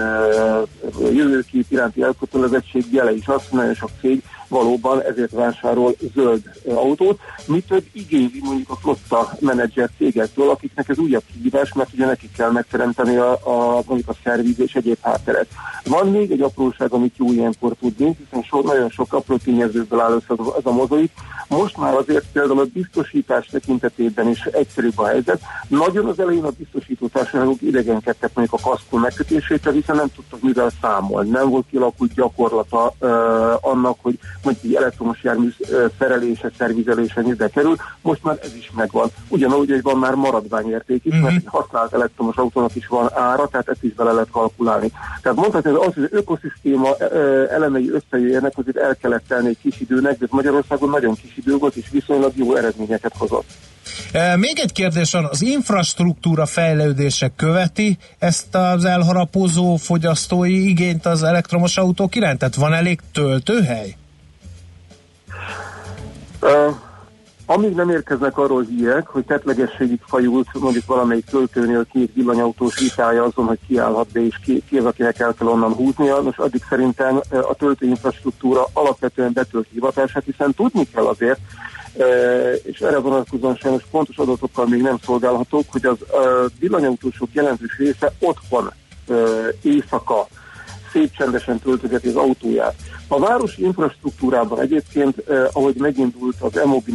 jövőkép iránti elkötelezettség jele is azt, nagyon sok cég valóban ezért vásárol zöld autót. Mi több igényli mondjuk a flotta menedzser cégektől, akiknek ez újabb kihívás, mert ugye nekik kell megteremteni mondjuk a szerviz és egyéb hátteret. Van még egy apróság, amit jó ilyenkor tudni, hiszen nagyon sok apró tényezőből áll össze ez a mozaik. Most már azért például a biztosítás tekintetében is egyszerűbb a helyzet. Nagyon az elején a biztosító társaságok idegenkedtek mondjuk a kaszkó megkötésétől, hiszen nem tudtak mivel számolni. Nem volt kialakult gyakorlata annak, hogy mondjuk egy elektromos jármű szerelése, szervizelése ide kerül. Most már ez is megvan. Ugyanúgy, hogy van már maradványérték is, mert használt elektromos autónak is van ára, tehát ezt is bele lehet kalkulálni. Tehát mondhatni, hogy az ökoszisztéma elemei összejöjjenek, azért el kellett tenni egy kis időnek, de Magyarországon nagyon kis idő volt, és viszonylag jó eredményeket hozott. Még egy kérdés van, az infrastruktúra fejlődése követi ezt az elharapózó fogyasztói igényt az elektromos autók iránt? Tehát van elég töltőhely? Amíg nem érkeznek arról hírek, hogy tettlegességig fajult mondjuk valamelyik töltőnél két villanyautós vitája azon, hogy kiállhat be és ki az, akinek el kell onnan húznia, most addig szerintem a töltőinfrastruktúra alapvetően betölt hivatását, hiszen tudni kell azért, és erre vonatkozóan sajnos pontos adatokkal még nem szolgálhatók, hogy az villanyautósok jelentős része otthon éjszaka szép csendesen töltögeti az autóját. A városi infrastruktúrában egyébként, ahogy megindult az EMOBI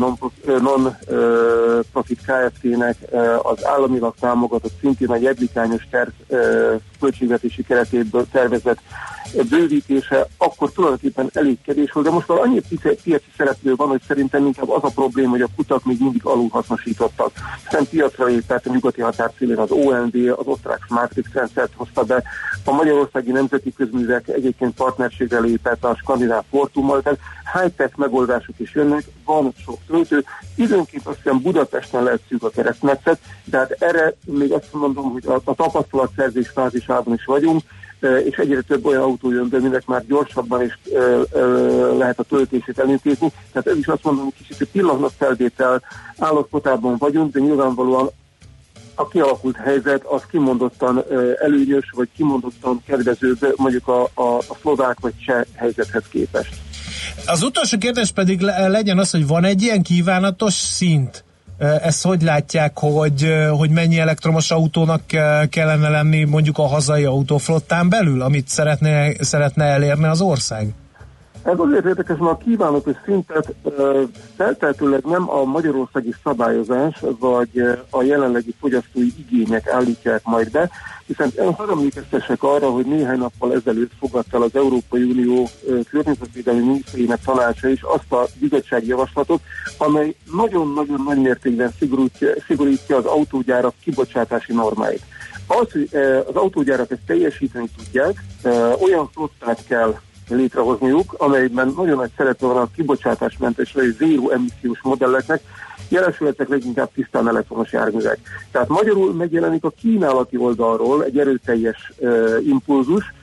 non-profit Kft-nek az államilag támogatott, szintén a jedlikányos terv költségvetési keretéből tervezett bővítése, akkor tulajdonképpen elég kevés volt, de most már annyi piaci szereplő van, hogy szerintem inkább az a probléma, hogy a kutak még mindig alulhasznosítottak. Hiszen piacra lépett a nyugati határszélén az OMV, az osztrák Smartfix rendszert hozta be, a magyarországi nemzeti közművek egyébként partnerségre lépett a skandináv Fortummal, tehát high-tech megoldások is jönnek, van sok töltő, időnként azt hiszem Budapesten lehet szűk a keresztmetszet, de hát erre még azt mondom, hogy a tapasztalatszerzés fázisában is vagyunk, és egyre több olyan autó jön be, aminek már gyorsabban is lehet a töltését elintézni. Tehát ez is azt mondom, hogy kicsit pillanatfelvétel állapotában vagyunk, de nyilvánvalóan a kialakult helyzet az kimondottan előnyös, vagy kimondottan kedvezőbb mondjuk a szlovák vagy cseh helyzethez képest. Az utolsó kérdés pedig legyen az, hogy van egy ilyen kívánatos szint? Ezt hogy látják, hogy mennyi elektromos autónak kellene lenni mondjuk a hazai autóflottán belül, amit szeretne elérni az ország? Ez azért érdekes, mert a kívánatos szintet feltehetőleg nem a magyarországi szabályozás, vagy a jelenlegi fogyasztói igények állítják majd be, hiszen hadd emlékeztessek arra, hogy néhány nappal ezelőtt fogadta el az Európai Unió környezetvédelmi miniszterének tanácsa is azt a bizottsági javaslatot, amely nagyon-nagyon nagy mértékben szigorítja az autógyárak kibocsátási normáit. Az, hogy az autógyárak ezt teljesíteni tudják, olyan flottát kell létrehozniuk, amelyben nagyon nagy szerepe van a kibocsátásmentes vagy zéró emissziós modelleknek, jelesülhetnek leginkább tisztán elektromos járművek. Tehát magyarul megjelenik a kínálati oldalról egy erőteljes impulzus.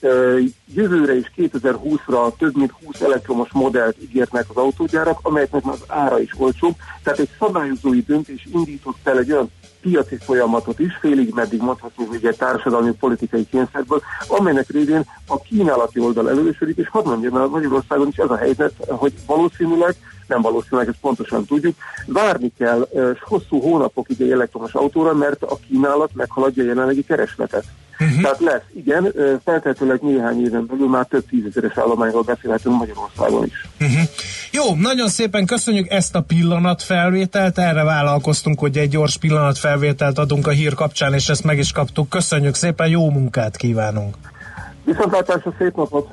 Jövőre és 2020-ra több mint 20 elektromos modellt ígérnek az autógyárak, amelyeknek az ára is olcsóbb. Tehát egy szabályozói döntés indított fel egy olyan piaci folyamatot is, félig meddig mondhatjuk, hogy egy társadalmi politikai kényszerből, amelynek révén a kínálati oldal elősödik, és hadd mondjam, mert Magyarországon is ez a helyzet, hogy valószínűleg, nem valószínűleg, ezt pontosan tudjuk, várni kell hosszú hónapokig egy elektromos autóra, mert a kínálat meghaladja a jelenlegi keresletet. Tehát lesz, igen, feltehetőleg néhány éven belül már több tízezeres állományról beszélhetünk Magyarországon is. Jó, nagyon szépen köszönjük ezt a pillanatfelvételt, erre vállalkoztunk, hogy egy gyors pillanatfelvételt adunk a hír kapcsán, és ezt meg is kaptuk. Köszönjük szépen, jó munkát kívánunk! Viszontlátásra, szép napot!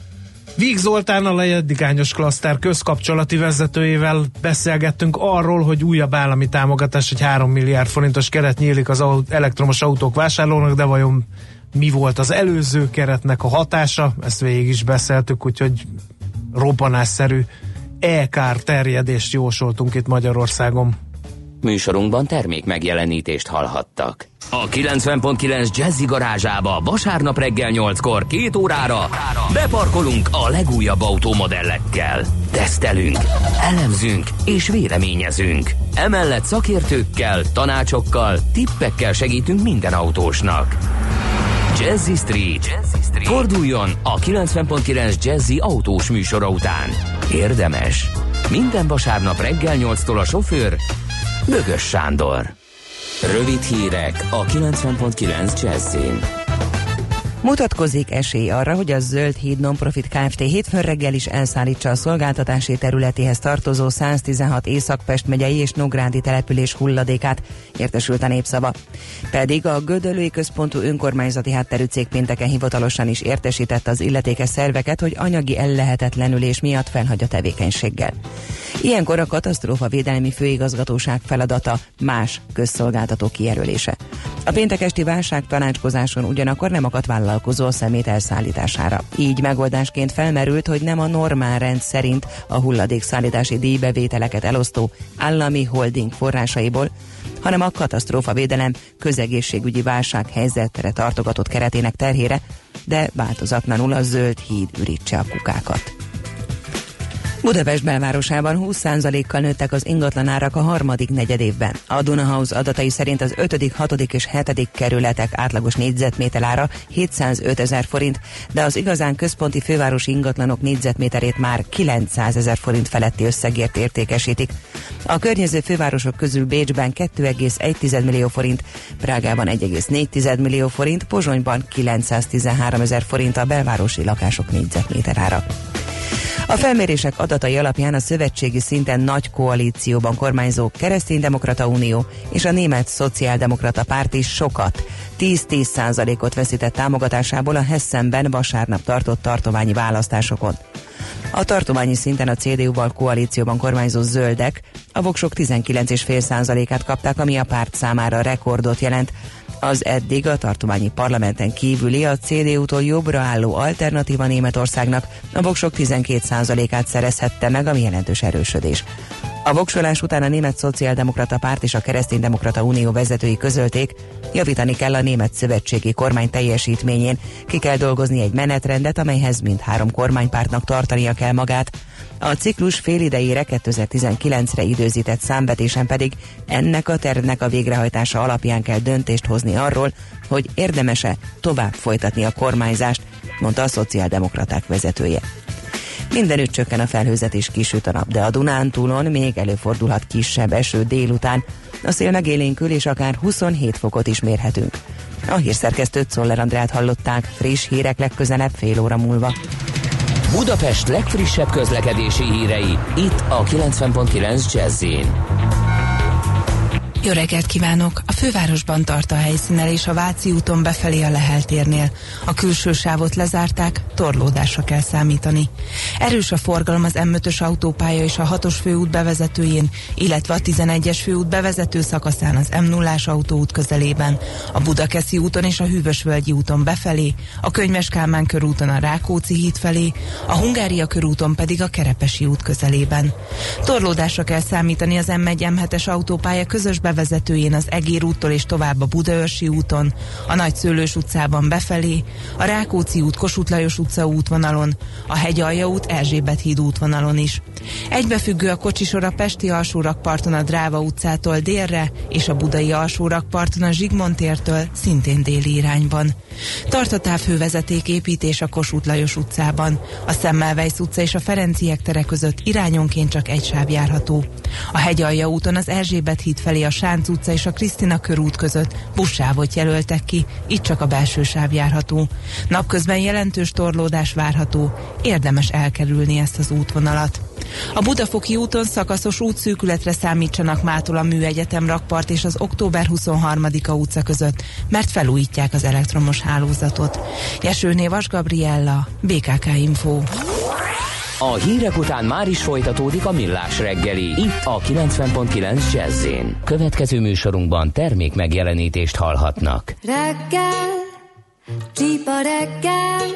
Víg Zoltánnal, a Jedlikányos Klaszter közkapcsolati vezetőjével beszélgettünk arról, hogy újabb állami támogatás, egy 3 milliárd forintos keret nyílik az elektromos autók vásárlónak, de vajon mi volt az előző keretnek a hatása? Ezt végig is beszéltük, úgyhogy robbanásszerű e-kár terjedést jósoltunk itt Magyarországon. Műsorunkban termék megjelenítést hallhattak. A 90.9 Jazzy garázsába vasárnap reggel 8-kor 2 órára beparkolunk a legújabb automodellekkel. Tesztelünk, elemzünk és véleményezünk. Emellett szakértőkkel, tanácsokkal, tippekkel segítünk minden autósnak. Jazzy Street. Forduljon a 90.9 Jazzy autós műsora után. Érdemes. Minden vasárnap reggel 8-tól a sofőr Bögös Sándor. Rövid hírek a 90.9 Jazzyn. Mutatkozik esély arra, hogy a Zöld Híd Non-Profit Kft. Hétfőn reggel is elszállítsa a szolgáltatási területéhez tartozó 116 Észak-Pest megyei és Nógrádi település hulladékát, értesült a Népszava. Pedig a Gödöllői Központú Önkormányzati Hátterű Cég pénteken hivatalosan is értesítette az illetékes szerveket, hogy anyagi ellehetetlenülés miatt felhagy a tevékenységgel. Ilyenkor a Katasztrófavédelmi Főigazgatóság feladata más közszolgáltató kijelölése. A péntek esti válságtanácskozáson ugyanakkor nem akadt vállalkozó a szemét elszállítására. Így megoldásként felmerült, hogy nem a normál rend szerint a hulladékszállítási díjbevételeket elosztó állami holding forrásaiból, hanem a katasztrófavédelem közegészségügyi válsághelyzetre tartogatott keretének terhére, de változatlanul a Zöld Híd ürítse a kukákat. Budapest belvárosában 20%-kal nőttek az ingatlanárak a harmadik negyedévben. A Dunahouse adatai szerint az 5., 6. és 7. kerületek átlagos négyzetméter ára 705 000 forint, de az igazán központi fővárosi ingatlanok négyzetméterét már 900 000 forint feletti összegért értékesítik. A környező fővárosok közül Bécsben 2,1 millió forint, Prágában 1,4 millió forint, Pozsonyban 913 000 forint a belvárosi lakások négyzetméter ára. A felmérések adatai alapján a szövetségi szinten nagy koalícióban kormányzó Kereszténydemokrata Unió és a Német Szociáldemokrata Párt is sokat, 10-10%-ot veszített támogatásából a Hessenben vasárnap tartott tartományi választásokon. A tartományi szinten a CDU-val koalícióban kormányzó zöldek a voksok 19,5%-át kapták, ami a párt számára rekordot jelent. Az eddig a tartományi parlamenten kívüli, a CDU-tól jobbra álló Alternatíva Németországnak a voksok 12%-át szerezhette meg, ami jelentős erősödés. A voksolás után a Német Szociáldemokrata Párt és a Kereszténydemokrata Unió vezetői közölték, javítani kell a német szövetségi kormány teljesítményén, ki kell dolgozni egy menetrendet, amelyhez mindhárom kormánypártnak tartania kell magát. A ciklus félidejére 2019-re időzített számvetésen pedig ennek a tervnek a végrehajtása alapján kell döntést hozni arról, hogy érdemese tovább folytatni a kormányzást, mondta a szociáldemokraták vezetője. Mindenütt csökken a felhőzet és kisüt a nap, de a Dunántúlon még előfordulhat kisebb eső délután. A szél megélénkül és akár 27 fokot is mérhetünk. A hírszerkesztőt, Czoller Andrát hallották, friss hírek legközelebb fél óra múlva. Budapest legfrissebb közlekedési hírei, itt a 90.9 Jazz-in. Jó reggelt kívánok! A fővárosban tart a helyszínen és a Váci úton befelé a Lehel térnél. A külső sávot lezárták, torlódásra kell számítani. Erős a forgalom az M5-ös autópálya és a 6-os főút bevezetőjén, illetve a 11-es főút bevezető szakaszán az M0-ás autóút közelében, a Budakeszi úton és a Hűvösvölgyi úton befelé, a Könyves Kálmán körúton a Rákóczi híd felé, a Hungária körúton pedig a Kerepesi út közelében. Torlódásra kell számítani az M1-M7-es autópálya közös bevezetőjén az Egér úttól és tovább a Budaörsi úton, a Nagyszőlős utcában befelé, a Rákóczi út Kossuth Lajos utca útvonalon, a Hegyalja út Erzsébet híd útvonalon is. Egybefüggő a kocsisor a Pesti alsórakparton a Dráva utcától délre és a Budai alsórakparton a Zsigmond tértől szintén déli irányban. Tart a távhővezeték építés a Kossuth Lajos utcában, a Semmelweis utca és a Ferenciek tere között irányonként csak egy sáv járható. A Hegyalja úton az Erzsébet híd felé a Sánc utca és a Krisztina körút között buszsávot jelöltek ki, itt csak a belső sáv járható. Napközben jelentős torlódás várható, érdemes elkerülni ezt az útvonalat. A Budafoki úton szakaszos útszűkületre számítsanak mától a Műegyetem rakpart és az Október 23-a utca között, mert felújítják az elektromos hálózatot. Jesőné Vas Gabriella, BKK Info. A hírek után már is folytatódik a Millás reggeli, itt a 90.9 Jazz-in. Következő műsorunkban termék megjelenítést hallhatnak. Reggel, csípa reggel,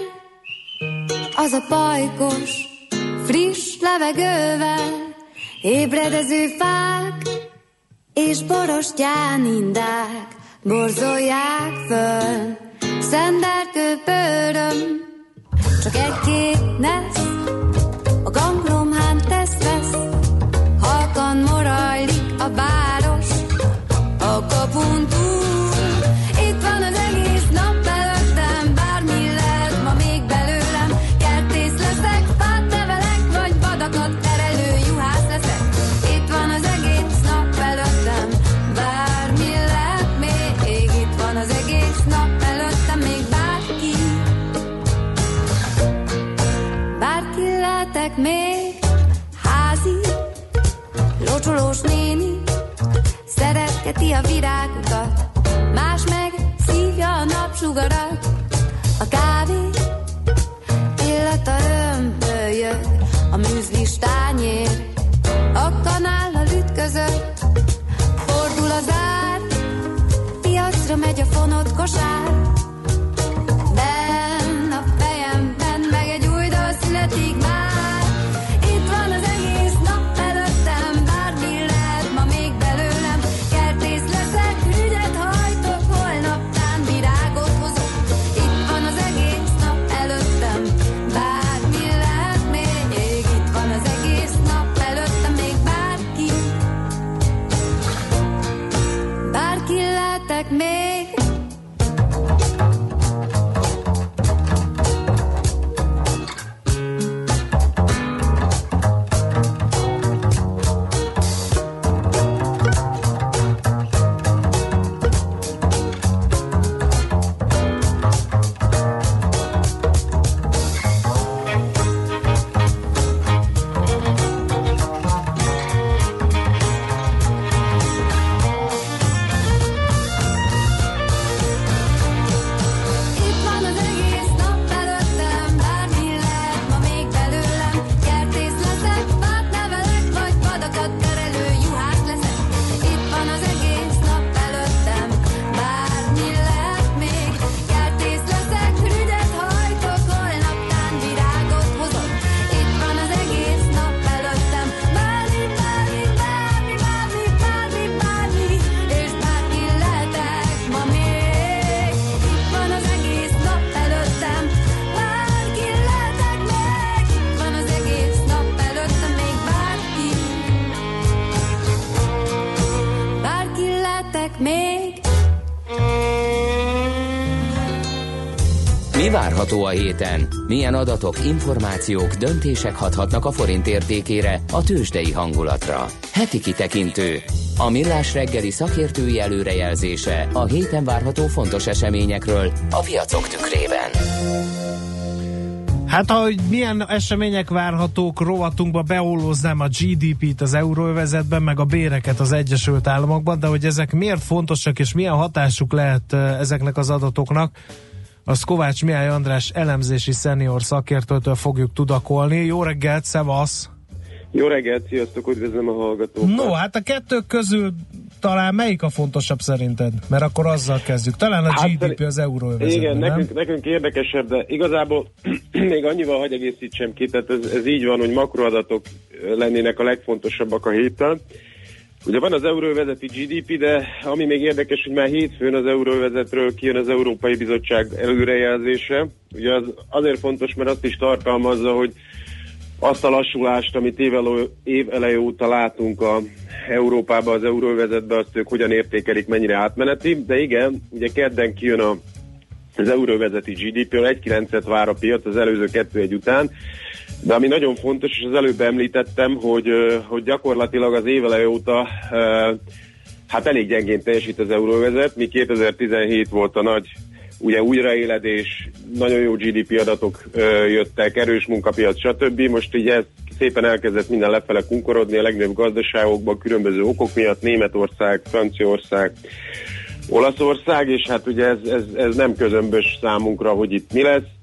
az a pajkos, friss levegővel, ébredező fák és borostyán indák borzolják föl. Szenderkő pöröm, csak egy-két nesz, a ganglomhán tesz-vesz, halkan morajlik a város a kapun túl. Itt van az egész nap előttem, bármi lehet ma még belőlem. Kertész leszek, fát nevelek, vagy vadakat terelő juhász leszek. Itt van az egész nap előttem, bármi lehet még. Itt van az egész nap előttem, még bárki. Bárki lehetek még, házi, locsolós néni, szeretgeti a virágokat, más meg szívja a napsugarat. A kávé illata örömből jött, a műzlis tányér a kanállal ütközött. Fordul az ár, piacra megy a fonott kosár. Benn a fejemben meg egy új dal születik már. Itt van az egész nap előttem, bármi lehet ma még belőlem. Kertész leszek, ügyet hajtok, holnaptán virágot hozok. Itt van az egész nap előttem, bármi lehet még. Itt van az egész lehetek még. Mi várható a héten? Milyen adatok, információk, döntések hathatnak a forint értékére, a tőzsdei hangulatra? Heti kitekintő. A Millás reggeli szakértői előrejelzése a héten várható fontos eseményekről a piacok tükrében. Hát, ahogy milyen események várhatók, rovatunkba beollóznám a GDP-t az euróövezetben, meg a béreket az Egyesült Államokban, de hogy ezek miért fontosak, és milyen hatásuk lehet ezeknek az adatoknak, azt Kovács Mihály András elemzési szenior szakértőtől fogjuk tudakolni. Jó reggelt, szevasz! Jó reggelt, sziasztok, üdvözlöm a hallgatókat! No, hát a kettők közül talán melyik a fontosabb szerinted? Mert akkor azzal kezdjük. Talán a GDP az euróövezetben, igen, nekünk érdekesebb, de igazából még annyival hagy egészítsem ki, tehát ez így van, hogy makroadatok lennének a legfontosabbak a héten. Ugye van az euróövezeti GDP, de ami még érdekes, hogy már hétfőn az euróövezetről kijön az Európai Bizottság előrejelzése. Ugye az azért fontos, mert azt is tartalmazza, hogy azt a lassulást, amit év eleje óta látunk a Európában, az euróövezetben, azt ők hogyan értékelik, mennyire átmeneti. De igen, ugye kedden kijön az euróövezeti GDP-ről, 1,9-et vár a piac az előző 2,1 után. De ami nagyon fontos, és az előbb említettem, hogy gyakorlatilag az éveleje óta hát elég gyengén teljesít az euróövezet, mi 2017 volt a nagy ugye újraéledés, nagyon jó GDP adatok jöttek, erős munkapiac, stb. Most így ez szépen elkezdett minden lefele kunkorodni a legnagyobb gazdaságokban, különböző okok miatt, Németország, Franciaország, Olaszország, és hát ugye ez nem közömbös számunkra, hogy itt mi lesz.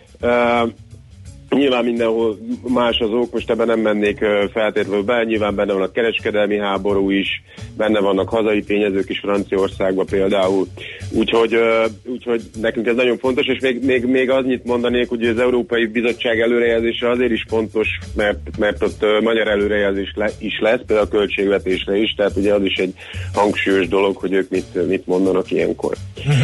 Nyilván mindenhol más az ok, most ebben nem mennék feltétlenül be, nyilván benne van a kereskedelmi háború is, benne vannak hazai tényezők is Franciaországban például, úgyhogy nekünk ez nagyon fontos, és még annyit mondanék, hogy az Európai Bizottság előrejelzése azért is fontos, mert ott magyar előrejelzés is lesz, például a költségvetésre is, tehát ugye az is egy hangsúlyos dolog, hogy ők mit mondanak ilyenkor.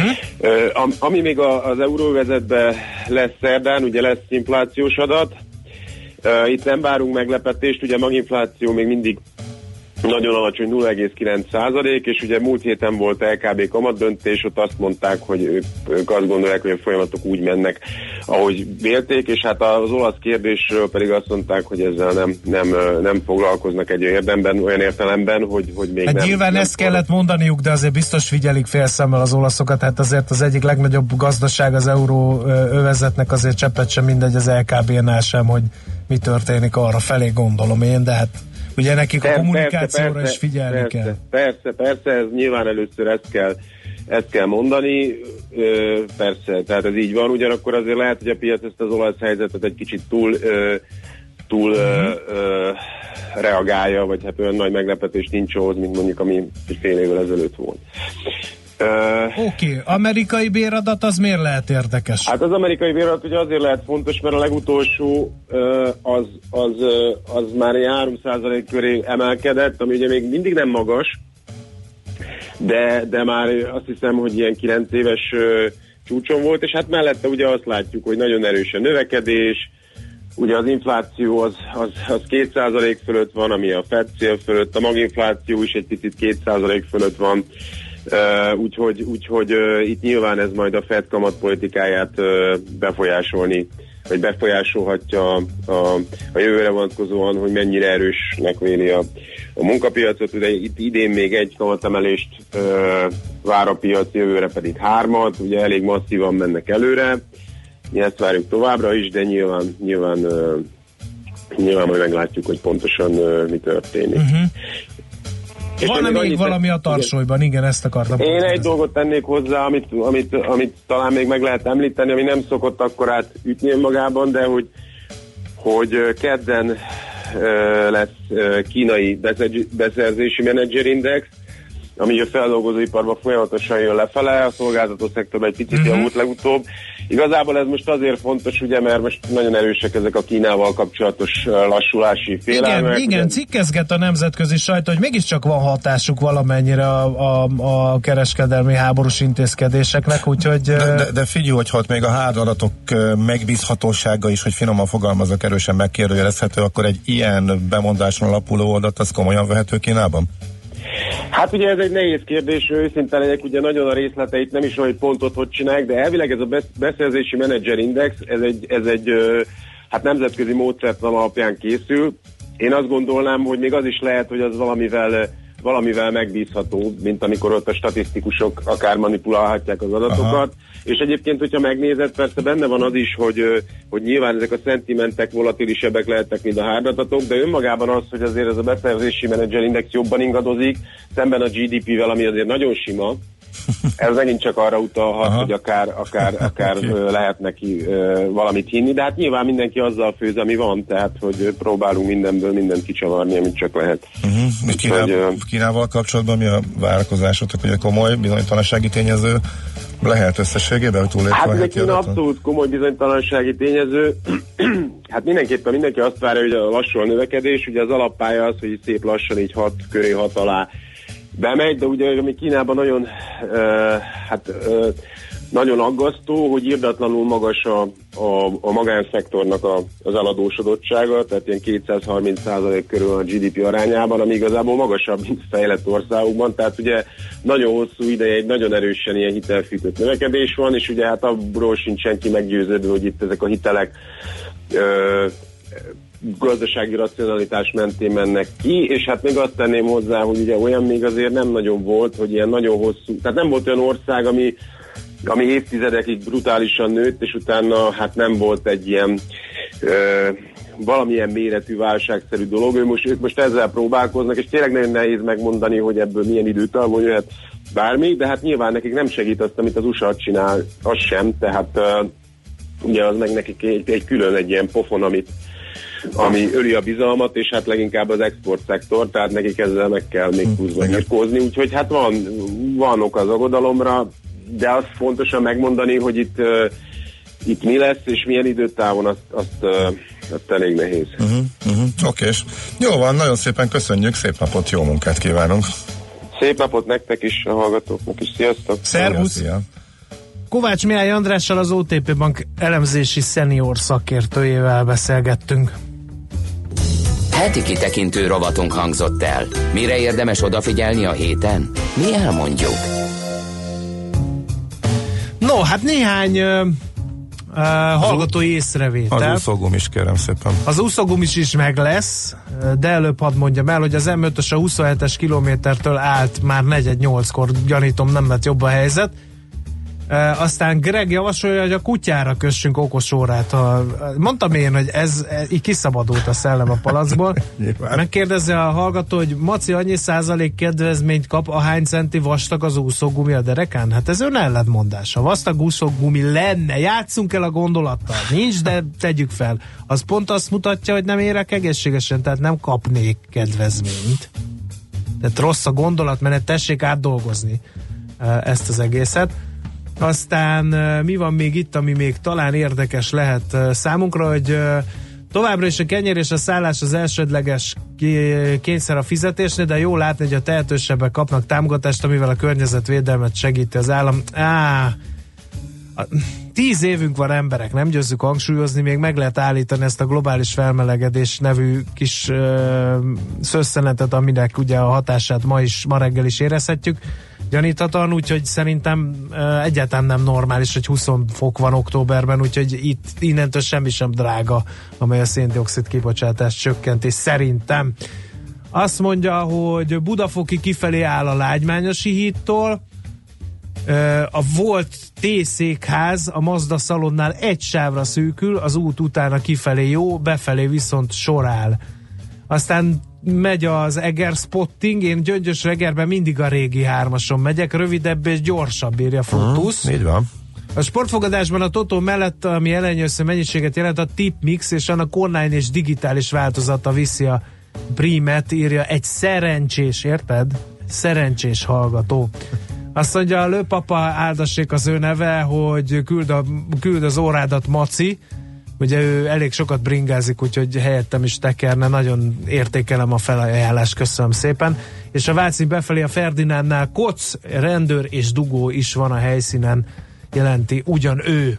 Ami még az euróvezetben lesz szerdán, ugye lesz inflációs adat. Itt nem várunk meglepetést, ugye a maginfláció még mindig nagyon alacsony, 0,9%, és ugye múlt héten volt LKB kamatdöntés, ott azt mondták, hogy ők azt gondolják, hogy a folyamatok úgy mennek, ahogy vélték, és hát az olasz kérdésről pedig azt mondták, hogy ezzel nem foglalkoznak egy olyan értelemben, hogy még hát nem. Nyilván ezt kellett mondaniuk, de azért biztos figyelik félszemmel az olaszokat, hát azért az egyik legnagyobb gazdaság az euróövezetnek, azért cseppet sem mindegy az LKB-nál sem, hogy mi történik arra felé, gondolom én, de hát ugye nekik a kommunikációra is figyelni kell. Persze, ez nyilván először ezt kell mondani, persze, tehát ez így van, ugyanakkor azért lehet, hogy a piac ezt az olasz helyzetet egy kicsit túl reagálja, vagy hát olyan nagy meglepetés nincs ahhoz, mint mondjuk ami fél évvel ezelőtt volt. Oké, amerikai béradat az miért lehet érdekes? Hát az amerikai béradat ugye azért lehet fontos, mert a legutolsó az már 3% köré emelkedett, ami ugye még mindig nem magas, de már azt hiszem, hogy ilyen 9 éves csúcson volt, és hát mellette ugye azt látjuk, hogy nagyon erős a növekedés, ugye az infláció az 2% fölött van, ami a Fed cél fölött, a maginfláció is egy picit 2% fölött van, Úgyhogy itt nyilván ez majd a Fed kamatpolitikáját befolyásolni, vagy befolyásolhatja a jövőre vonatkozóan, hogy mennyire erősnek véli a munkapiacot. Ugye itt idén még egy kamatemelést vár a piac, jövőre pedig 3, ugye elég masszívan mennek előre. Mi ezt várjuk továbbra is, de nyilván majd meglátjuk, hogy pontosan mi történik. Van-e még valami a tarsolyban? Igen, ezt akartam. Én egy dolgot tennék hozzá, amit talán még meg lehet említeni, ami nem szokott akkorát ütni önmagában, de hogy kedden lesz kínai beszerzési menedzserindex, ami a feldolgozóiparban folyamatosan jön lefele, a szolgáltató szektorban egy picit javult legutóbb. Igazából ez most azért fontos, ugye, mert most nagyon erősek ezek a Kínával kapcsolatos lassulási félelmek. Igen, cikkezget a nemzetközi sajtó, hogy mégiscsak van hatásuk valamennyire a kereskedelmi háborús intézkedéseknek, úgyhogy... De figyelj, hogy hat még a hálózatok megbízhatósága is, hogy finoman fogalmazok, erősen megkérdőjelezhető, akkor egy ilyen bemondáson alapuló oldalt, az komolyan vehető Kínában? Hát ugye ez egy nehéz kérdés, őszinte legyek, ugye nagyon a részleteit nem is olyan, hogy pontot hogy csinálják, de elvileg ez a beszerzési menedzserindex, ez egy hát nemzetközi módszertan alapján készül. Én azt gondolnám, hogy még az is lehet, hogy az valamivel megbízható, mint amikor ott a statisztikusok akár manipulálhatják az adatokat. Aha. És egyébként, hogyha megnézed, persze benne van az is, hogy nyilván ezek a szentimentek volatilisebbek lehetnek, mint a háradatok, de önmagában az, hogy azért ez a beszerzési menedzserindex jobban ingadozik, szemben a GDP-vel, ami azért nagyon sima, ez megint csak arra utalhat, aha, hogy akár lehet neki valamit hinni, de hát nyilván mindenki azzal főz, ami van, tehát hogy próbálunk mindenből mindent kicsavarni, amit csak lehet. Kínával kapcsolatban mi a várakozásotok, hogy a komoly bizonytalansági tényező lehet összességében, hogy túlépve a heti adaton? Hát abszolút komoly bizonytalansági tényező. Hát mindenképpen mindenki azt várja, hogy a lassú a növekedés, ugye az alappálya az, hogy szép lassan így 6 köré 6 alá bemegy, de ugye ami Kínában nagyon nagyon aggasztó, hogy irdatlanul magas a magánszektornak az eladósodottsága, tehát ilyen 230% körül a GDP arányában, ami igazából magasabb, mint fejlett országokban, tehát ugye nagyon hosszú ideje egy nagyon erősen ilyen hitelfűtött növekedés van, és ugye hát abból sincs senki meggyőződve, hogy itt ezek a hitelek gazdasági racionalitás mentén mennek ki, és hát még azt tenném hozzá, hogy ugye olyan még azért nem nagyon volt, hogy ilyen nagyon hosszú, tehát nem volt olyan ország, ami évtizedekig brutálisan nőtt, és utána hát nem volt egy ilyen valamilyen méretű válságszerű dolog. Ők most ezzel próbálkoznak, és tényleg nagyon nehéz megmondani, hogy ebből milyen időtávon jöhet bármi, de hát nyilván nekik nem segít azt, amit az USA csinál, az sem, tehát ugye az meg nekik egy külön egy ilyen pofon, ami öli a bizalmat, és hát leginkább az exportszektor, tehát nekik ezzel meg kell még húzva nyírkózni, úgyhogy hát van ok az aggodalomra, de azt fontosan megmondani, hogy itt mi lesz, és milyen időtávon, azt elég nehéz. Okés. Jó van, nagyon szépen köszönjük, szép napot, jó munkát kívánunk. Szép napot nektek is, a hallgatóknak is, sziasztok! Szervusz! Szia. Kovács Mihály Andrással, az OTP Bank elemzési szenior szakértőjével beszélgettünk. Heti kitekintő rovatunk hangzott el. Mire érdemes odafigyelni a héten? Mi elmondjuk. No, hát néhány hallgatói észrevétel. Az úszógumis, kérem szépen. Az úszógumis is meg lesz, de előbb hadd mondjam el, hogy az M5-ös a 27-es kilométertől állt már 4:08-kor, gyanítom nem lett jobb a helyzet. Aztán Greg javasolja, hogy a kutyára kössünk okos órát. Mondtam én, hogy ez így kiszabadult a szellem a palacból. Megkérdezi a hallgató, hogy Maci annyi százalék kedvezményt kap, ahány centi vastag az úszógumi a derekán? Hát ez ön ellentmondás. Ha vastag úszógumi lenne, játsszunk el a gondolattal. Nincs, de tegyük fel. Az pont azt mutatja, hogy nem érek egészségesen, tehát nem kapnék kedvezményt. Tehát rossz a gondolatmenet, tessék átdolgozni ezt az egészet. Aztán mi van még itt, ami még talán érdekes lehet számunkra, hogy továbbra is a kenyér és a szállás az elsődleges kényszer a fizetésnél, de jó látni, hogy a tehetősebbek kapnak támogatást, amivel a környezetvédelmet segíti az állam. 10 évünk van, emberek, nem győzzük hangsúlyozni, még meg lehet állítani ezt a globális felmelegedés nevű kis szösszenetet, aminek ugye a hatását ma reggel is érezhetjük. gyaníthatóan, úgyhogy szerintem egyáltalán nem normális, hogy 20 fok van októberben, úgyhogy itt innentől semmi sem drága, amely a szén-dioxid kibocsátás csökkentés szerintem. Azt mondja, hogy Budafoki kifelé áll a Lágymányosi hídtól, a volt T-székház a Mazda szalonnál egy sávra szűkül, az út utána kifelé jó, befelé viszont sor áll. Aztán megy az Eger Spotting, én Gyöngyös-Egerben mindig a régi 3-ason megyek, rövidebb és gyorsabb, írja Frutus. Így van. A sportfogadásban a Totó mellett, ami ellenőrző mennyiséget jelent, a Tipmix és annak online és digitális változata viszi a prímet, írja egy szerencsés, érted? Szerencsés hallgató. Azt mondja, a lőpapa, áldassék az ő neve, hogy küld az órádat Maci, ugye ő elég sokat bringázik, úgyhogy helyettem is tekerne, nagyon értékelem a felajánlást, köszönöm szépen. És a Váci befelé a Ferdinándnál koc, rendőr és dugó is van a helyszínen, jelenti ugyan ő.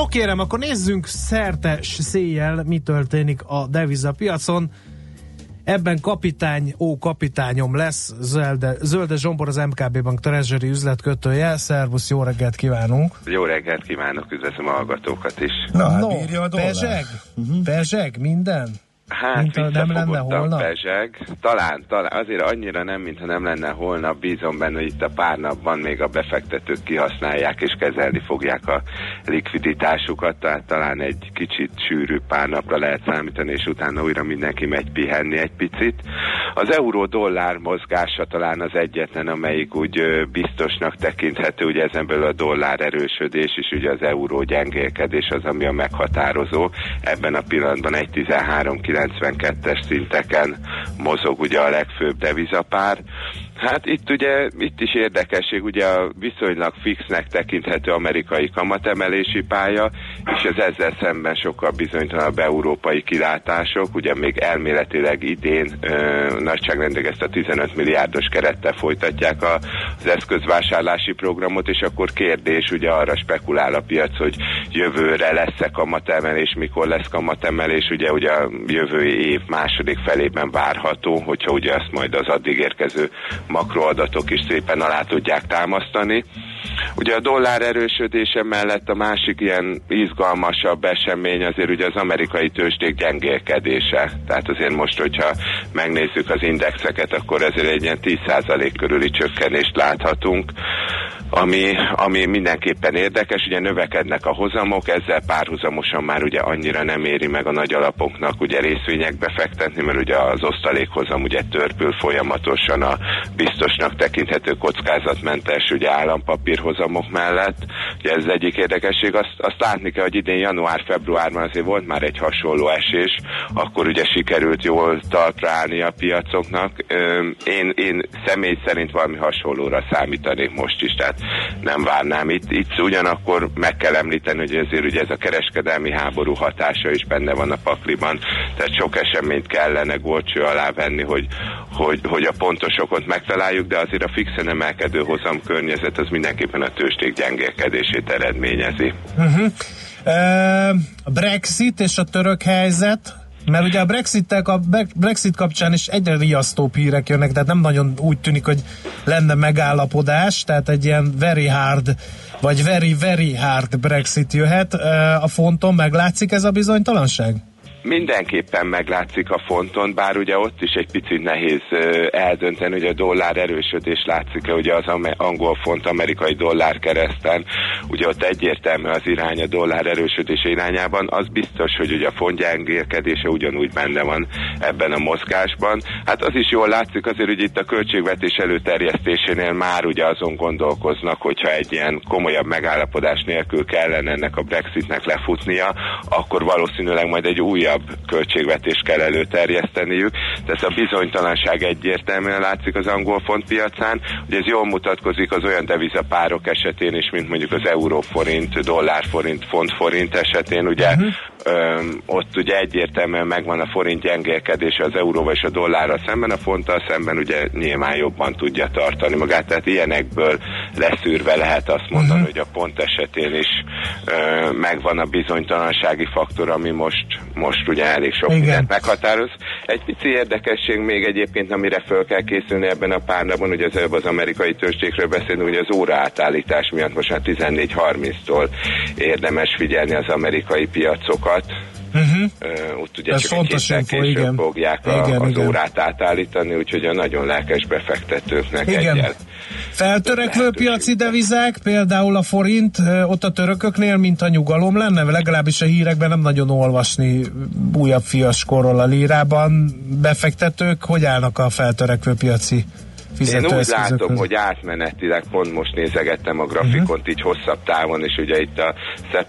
No kérem, akkor nézzünk szerte széjjel, mi történik a devizapiacon. Ebben kapitányom lesz, Zölde Zsombor, az MKB Bank Treasury üzletkötője. Szervusz, jó reggelt kívánunk! Jó reggelt kívánok, üdvözlöm a hallgatókat is. Bírja a dollár? Pezseg minden? Hát nem lenne holnap? Pezseg. Talán, azért annyira nem, mintha nem lenne holnap. Bízom benne, hogy itt a pár napban még a befektetők kihasználják és kezelni fogják a likviditásukat, tehát talán egy kicsit sűrű pár napra lehet számítani, és utána újra mindenki megy pihenni egy picit. Az euró-dollár mozgása talán az egyetlen, amelyik úgy biztosnak tekinthető, ugye ezen belül a dollár erősödés, és ugye az euró gyengélkedés az, ami a meghatározó. Ebben a pillanatban 1.1392-es szinteken mozog ugye a legfőbb devizapár. Hát itt is érdekesség, ugye a viszonylag fixnek tekinthető amerikai kamatemelési pálya, és az ezzel szemben sokkal bizonytalanabb európai kilátások, ugye még elméletileg idén nagyságrendileg ezt a 15 milliárdos kerettel folytatják az eszközvásárlási programot, és akkor kérdés, ugye arra spekulál a piac, hogy jövőre lesz-e kamatemelés, mikor lesz kamatemelés, ugye a jövő év második felében várható, hogyha ugye ezt majd az addig érkező makroadatok is szépen alá tudják támasztani. Ugye a dollár erősödése mellett a másik ilyen izgalmasabb esemény azért ugye az amerikai tőzsdék gyengélkedése. Tehát azért most, hogyha megnézzük az indexeket, akkor ezért egy ilyen 10% körüli csökkenést láthatunk, ami mindenképpen érdekes, ugye növekednek a hozamok, ezzel párhuzamosan már ugye annyira nem éri meg a nagy alapoknak ugye részvényekbe fektetni, mert ugye az osztalékhozam ugye törpül folyamatosan a biztosnak tekinthető kockázatmentes ugye állampapírhozamok mellett. Ugye ez egyik érdekesség, azt látni kell, hogy idén január-februárban azért volt már egy hasonló esés, akkor ugye sikerült jól talpra állni a piacoknak. Én személy szerint valami hasonlóra számítanék most is, tehát nem várnám. Itt ugyanakkor meg kell említeni, hogy ezért ugye ez a kereskedelmi háború hatása is benne van a pakliban, tehát sok eseményt kellene górcső alá venni, hogy a pontos okot megtaláljuk, de azért a fixen emelkedő hozam környezet az mindenképpen a tőzsdék gyengélkedését eredményezi. A Brexit és a török helyzet, mert ugye a Brexit kapcsán is egyre riasztóbb hírek jönnek, tehát nem nagyon úgy tűnik, hogy lenne megállapodás, tehát egy ilyen very hard, vagy very hard Brexit jöhet. A fonton meglátszik ez a bizonytalanság? Mindenképpen meglátszik a fonton, bár ugye ott is egy picit nehéz eldönteni, hogy a dollár erősödés látszik-e, ugye az angol font amerikai dollár kereszten, ugye ott egyértelmű az irány a dollár erősödése irányában, az biztos, hogy ugye a font gyengélkedése ugyanúgy benne van ebben a mozgásban. Hát az is jól látszik azért, hogy itt a költségvetés előterjesztésénél már ugye azon gondolkoznak, hogyha egy ilyen komolyabb megállapodás nélkül kellene ennek a Brexitnek lefutnia, akkor valószínűleg majd egy újabb költségvetést kell előterjeszteniük, de ez a bizonytalanság egyértelműen látszik az angol font piacán, hogy ez jól mutatkozik az olyan devizapárok esetén is, mint mondjuk az euróforint, dollárforint, fontforint esetén, ugye ott ugye egyértelműen megvan a forint gyengélkedése az euróval és a dollárral szemben, a fonttal szemben ugye nyilván jobban tudja tartani magát, tehát ilyenekből leszűrve lehet azt mondani, hogy a pont esetén is megvan a bizonytalansági faktor, ami most ugye elég sok mindent meghatároz. Egy pici érdekesség még egyébként, amire föl kell készülni ebben a pár napon, ugye az előbb az amerikai tőzsdékről beszélünk, ugye az óraátállítás miatt most már 14:30-tól érdemes figyelni az amerikai piacokat. Ott ugye ez csak egy héttel később fogják az órát átállítani, úgyhogy a nagyon lelkes befektetőknek egyel. Feltörekvő piaci devizák, például a forint, ott a törököknél, mint a nyugalom lenne, legalábbis a hírekben nem nagyon olvasni újabb fiaskorról a lírában. Befektetők hogy állnak a feltörekvő piaci fizetőeszközökhöz? Én úgy látom, hogy átmenetileg, pont most nézegettem a grafikont így hosszabb távon, és ugye itt a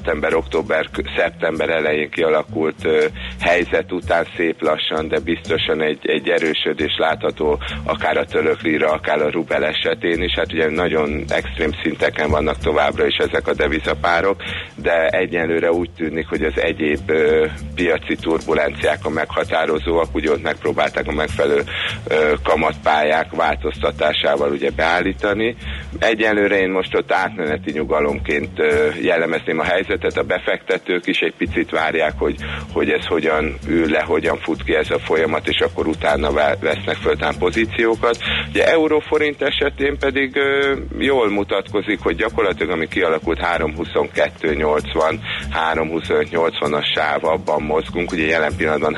szeptember elején kialakult helyzet után szép lassan, de biztosan egy erősödés látható akár a török lira, akár a rubel esetén is. Hát ugye nagyon extrém szinteken vannak továbbra is ezek a devizapárok, de egyelőre úgy tűnik, hogy az egyéb piaci turbulenciák a meghatározóak, ugye ott megpróbálták a megfelelő kamatpályák változtatni változtatásával ugye beállítani. Egyelőre én most ott átmeneti nyugalomként jellemezném a helyzetet, a befektetők is egy picit várják, hogy ez hogyan ül le, hogyan fut ki ez a folyamat, és akkor utána vesznek föltán pozíciókat. Ugye euró-forint esetén pedig jól mutatkozik, hogy gyakorlatilag ami kialakult 3.22.80, 3.25.80-as sáv, abban mozgunk, ugye jelen pillanatban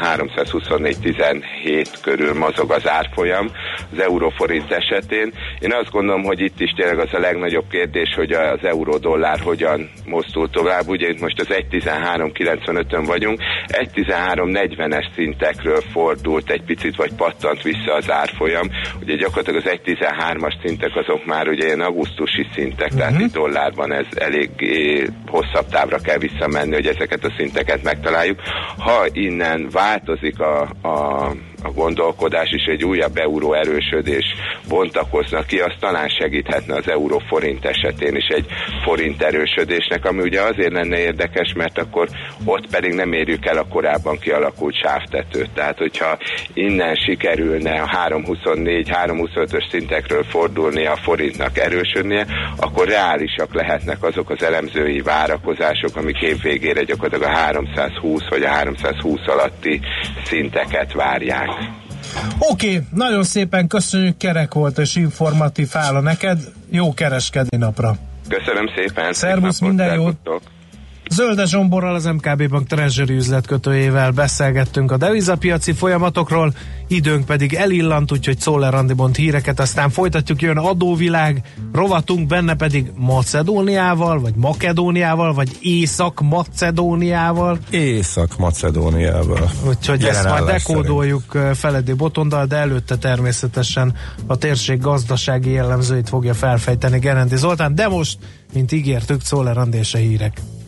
324.17 körül mozog az árfolyam az euró-forint esetén. Én azt gondolom, hogy itt is tényleg az a legnagyobb kérdés, hogy az euró-dollár hogyan mozdul tovább. Ugye itt most az 1.13.95-ön vagyunk, 1.13.40-es szintekről fordult egy picit, vagy pattant vissza az árfolyam. Ugye gyakorlatilag az 1.13-as szintek azok már ugye ilyen augusztusi szintek, tehát itt dollárban ez elég hosszabb távra kell visszamenni, hogy ezeket a szinteket megtaláljuk. Ha innen változik a gondolkodás is, egy újabb euró erősödés bontakozna ki, az talán segíthetne az euró-forint esetén is egy forint erősödésnek, ami ugye azért lenne érdekes, mert akkor ott pedig nem érjük el a korábban kialakult sávtetőt. Tehát, hogyha innen sikerülne a 3.24-3.25-ös szintekről fordulni a forintnak erősödnie, akkor reálisak lehetnek azok az elemzői várakozások, amik év végére gyakorlatilag a 320 vagy a 320 alatti szinteket várják. Oké, nagyon szépen köszönjük, kerek volt és informatív hála neked, jó kereskedni napra! Köszönöm szépen! Szervusz, minden jót! Zölde Zsomborral, az MKB Bank Treasury üzletkötőjével beszélgettünk a devizapiaci folyamatokról, időnk pedig elillant, úgyhogy Czoller Andi mond híreket, aztán folytatjuk, jön adóvilág rovatunk, benne pedig Macedóniával, vagy Makedóniával, vagy Észak-Macedóniával. Észak-Macedóniával. Úgyhogy ezt majd dekódoljuk Feledi Botondal, de előtte természetesen a térség gazdasági jellemzőit fogja felfejteni Gerendi Zoltán, de most, mint ígértük, Czoller Andi és a hírek.